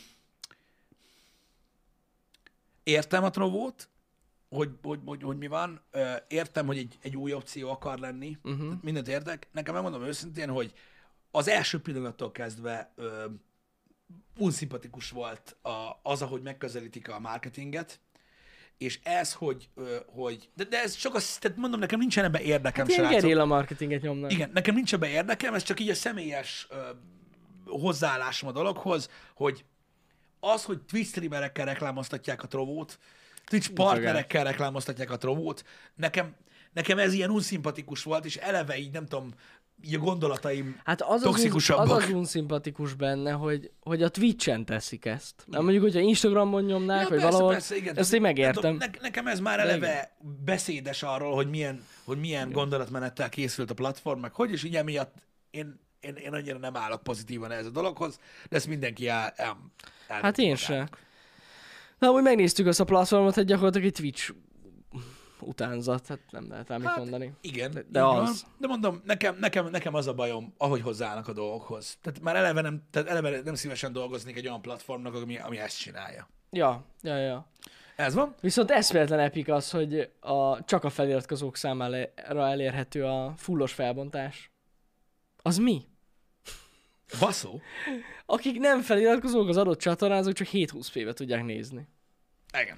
értem a Trovót, hogy mi van, értem, hogy egy új opció akar lenni, mindent értek. Nekem megmondom őszintén, hogy az első pillanattól kezdve unszimpatikus volt az, ahogy megközelítik a marketinget, és ez, hogy de ez csak az, tehát mondom, nekem nincsen ebben érdekem, hát srácok. gerilla marketinget nyomnak. Igen, nekem nincs ebben érdekem, ez csak így a személyes hozzáállásom a dologhoz, hogy az, hogy Twitch streamerekkel reklámoztatják a Trovót, Twitch partnerekkel reklámoztatják a Trovót, nekem ez ilyen unszimpatikus volt, és eleve így nem tudom, így a gondolataim hát toxikusabbak. Az unszimpatikus benne, hogy a Twitch-en teszik ezt. Mert mondjuk, hogyha Instagramon nyomnák, vagy valahol, igen. ezt én megértem. Nekem ez már eleve beszédes arról, hogy milyen gondolatmenettel készült a platform, meg hogy, és így emiatt én annyira nem állok pozitívan ez a dologhoz, de ezt mindenki hát én sem. Na, amúgy megnéztük azt a platformot, hogy gyakorlatilag egy Twitch utánzat, hát nem lehet rá mit mondani. Igen, de az. Van. De mondom, nekem az a bajom, ahogy hozzáállnak a dolgokhoz. Tehát már eleve nem szívesen dolgoznék egy olyan platformnak, ami ezt csinálja. Ja. Ez van. Viszont eszméletlen epik az, hogy csak a feliratkozók számára elérhető a fullos felbontás. Az mi? Baszó. Akik nem feliratkozók az adott csatornázók, csak 720p-be tudják nézni. Igen.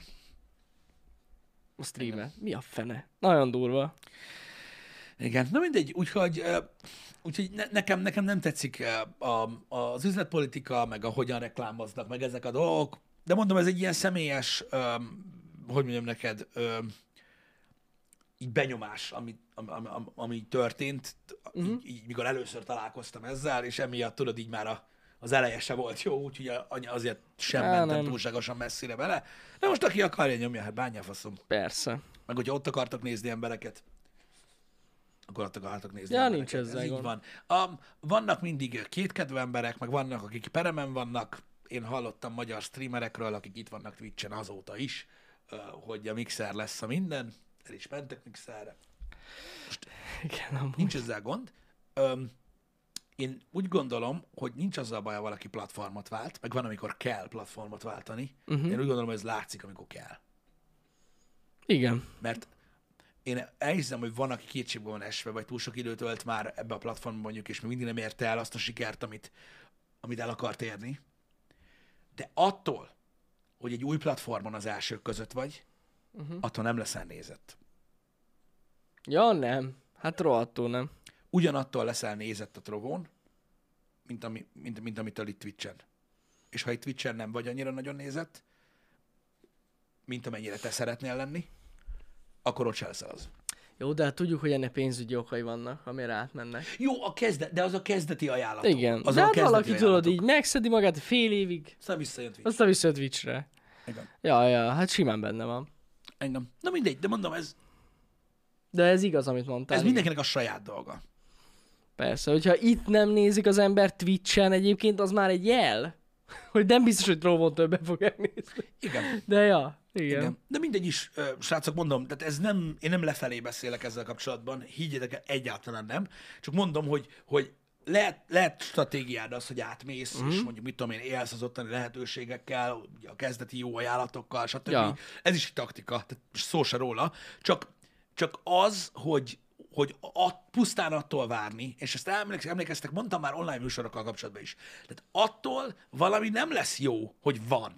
A streamet. Mi a fene? Nagyon durva. Igen, na mindegy, úgyhogy nekem nem tetszik az üzletpolitika, meg ahogyan reklámoznak, meg ezek a dolgok, de mondom, ez egy ilyen személyes, hogy mondjam neked, így benyomás, ami történt, így, mikor először találkoztam ezzel, és emiatt tudod, így már az eleje se volt jó, úgyhogy azért sem mentem túlságosan messzire vele. De most aki akarja, nyomja, hát bánja a faszom. Persze. Meg hogyha ott akartok nézni embereket, akkor ott akartok nézni Ja, embereket. nincs ezzel Ez így gond. van. Vannak mindig kétkedvű emberek, meg vannak, akik peremen vannak. Én hallottam magyar streamerekről, akik itt vannak Twitch-en azóta is, hogy a Mixer lesz a minden. El is mentek Mixerre. Igen, amúgy. Nincs ezzel gond. Én úgy gondolom, hogy nincs azzal baj, ha valaki platformot vált, meg van, amikor kell platformot váltani. Én úgy gondolom, hogy ez látszik, amikor kell. Igen. Mert én elhiszem, hogy van, aki kétségbe van esve, vagy túl sok időt ölt már ebbe a platformban mondjuk, és még mindig nem érte el azt a sikert, amit el akart érni. De attól, hogy egy új platformon az elsők között vagy, attól nem leszel nézett. Ja, nem. Hát rohadtul nem. Ugyanattól leszel nézett a Trovón, mint amitől itt Twitch-en. És ha itt Twitch-en nem vagy annyira nagyon nézett, mint amennyire te szeretnél lenni, akkor ott se leszel az. Jó, de hát tudjuk, hogy ennek pénzügyi okai vannak, amire átmennek. Jó, de az a kezdeti ajánlat. Igen, Az de a hát kezdeti valaki tudod, ajánlatok. így megszedi magát fél évig, Aztán visszajön Twitch. aztán visszajött Twitchre. Igen. Ja, hát simán benne van. Engem. Na mindegy, de mondom, ez De ez igaz, amit mondtál. igen. mindenkinek a saját dolga. Persze, hogyha itt nem nézik az ember Twitch-en egyébként, az már egy jel, hogy nem biztos, hogy Trovon többen fog elnézni. Igen. De ja, igen. Igen. De mindegy is, srácok, mondom, tehát ez nem, én nem lefelé beszélek ezzel kapcsolatban, higgyétek el, egyáltalán nem. Csak mondom, hogy lehet stratégiád az, hogy átmész, és mondjuk, mit tudom én, élsz az ottani lehetőségekkel, ugye a kezdeti jó ajánlatokkal, stb. Ja. Ez is egy taktika, tehát szó se róla. Csak az, hogy pusztán attól várni, és ezt emlékeztek, mondtam már online műsorokkal kapcsolatban is. Tehát attól valami nem lesz jó, hogy van.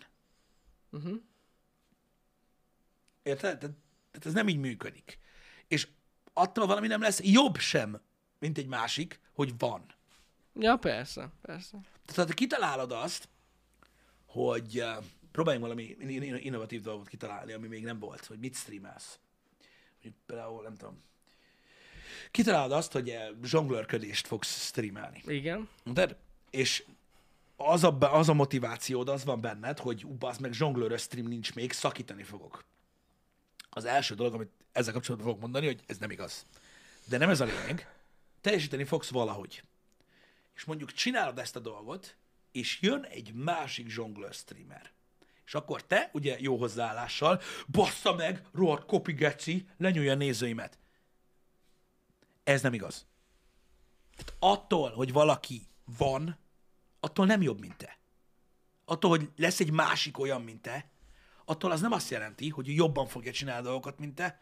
Érted? Tehát ez nem így működik. És attól valami nem lesz jobb sem, mint egy másik, hogy van. Ja, persze. Tehát ha te kitalálod azt, hogy próbáljunk valami innovatív dolgot kitalálni, ami még nem volt, hogy mit streamelsz. Mondjuk például, nem tudom, kitalálod azt, hogy zsonglőrködést fogsz streamelni. Igen. De, és az a motivációd, az van benned, hogy bazd meg, zsonglőrös stream nincs még, szakítani fogok. Az első dolog, amit ezzel kapcsolatban fogok mondani, hogy ez nem igaz. De nem ez a lényeg. Teljesíteni fogsz valahogy. És mondjuk csinálod ezt a dolgot, és jön egy másik zsonglőr streamer. És akkor te, ugye jó hozzáállással, bassza meg, rohadt kopigeci, lenyúlja a nézőimet. Ez nem igaz. Tehát attól, hogy valaki van, attól nem jobb, mint te. Attól, hogy lesz egy másik olyan, mint te, attól az nem azt jelenti, hogy jobban fogja csinálni dolgokat, mint te,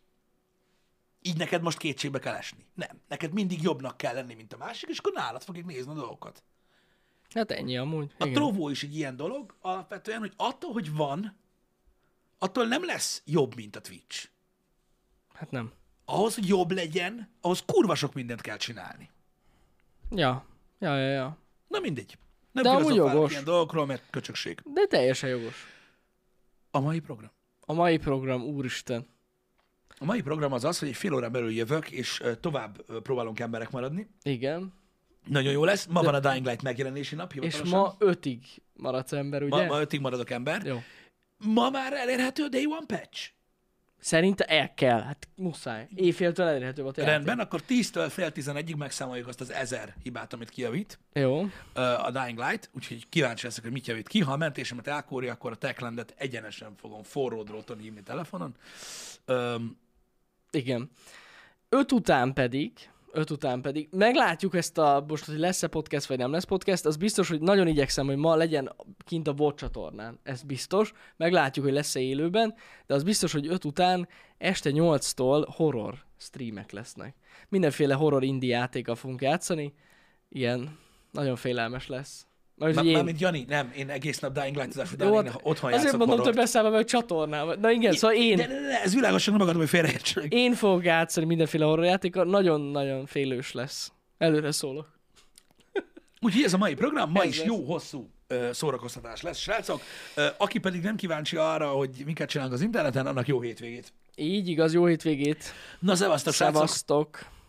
így neked most kétségbe kell esni. Nem. Neked mindig jobbnak kell lenni, mint a másik, és akkor nálad fogják nézni a dolgokat. Hát ennyi amúgy. A Igen. Trovo is egy ilyen dolog, alapvetően, hogy attól, hogy van, attól nem lesz jobb, mint a Twitch. Hát nem. Ahhoz, hogy jobb legyen, ahhoz kurva sok mindent kell csinálni. Ja. Na mindegy. Nem De amúgy filozofálok jogos. ilyen dolgokról, mert köcsökség. De teljesen jogos. A mai program. A mai program, úristen. A mai program az, hogy egy fél órán belül jövök, és tovább próbálunk emberek maradni. Igen. Nagyon jó lesz. Ma van a Dying Light megjelenési nap, És hivatalosan. ma 5-ig maradsz ember, ugye? Ma 5-ig maradok ember. Jó. Ma már elérhető a Day One patch. Szerintem el kell, hát muszáj. Éjféltől elérhető volt a játék. Rendben, akkor 10-től fél 11-ig megszámoljuk azt az 1000 hibát, amit kijavít Jó. a Dying Light, úgyhogy kíváncsi leszek, hogy mit javít ki. Ha a mentésemet elkórja, akkor a Techlandet egyenesen fogom forró dróton hívni telefonon. Igen. 5 után pedig meglátjuk ezt most, hogy lesz-e podcast, vagy nem lesz podcast, az biztos, hogy nagyon igyekszem, hogy ma legyen kint a VOD csatornán. Ez biztos. Meglátjuk, hogy lesz-e élőben, de az biztos, hogy 5 után este 8-tól horror streamek lesznek. Mindenféle horror indie játékkal fogunk játszani. Ilyen nagyon félelmes lesz. Mármint Jani, nem, én egész nap Dying Light-ozás után Jó, én otthon azért játszok mondom horrort. több eszembe, hogy csatornában. Na igen, szóval én... De ez világosan nem akarom, hogy félreértsenek. Én fogok játszani mindenféle horrorjátékkal, nagyon-nagyon félős lesz. Előre szólok. Úgyhogy ez a mai program, ma Ez is lesz. jó, hosszú szórakoztatás lesz, srácok. Aki pedig nem kíváncsi arra, hogy miket csinálunk az interneten, annak jó hétvégét. Így igaz, jó hétvégét. Na, szevasztok, srácok! Szevasztok.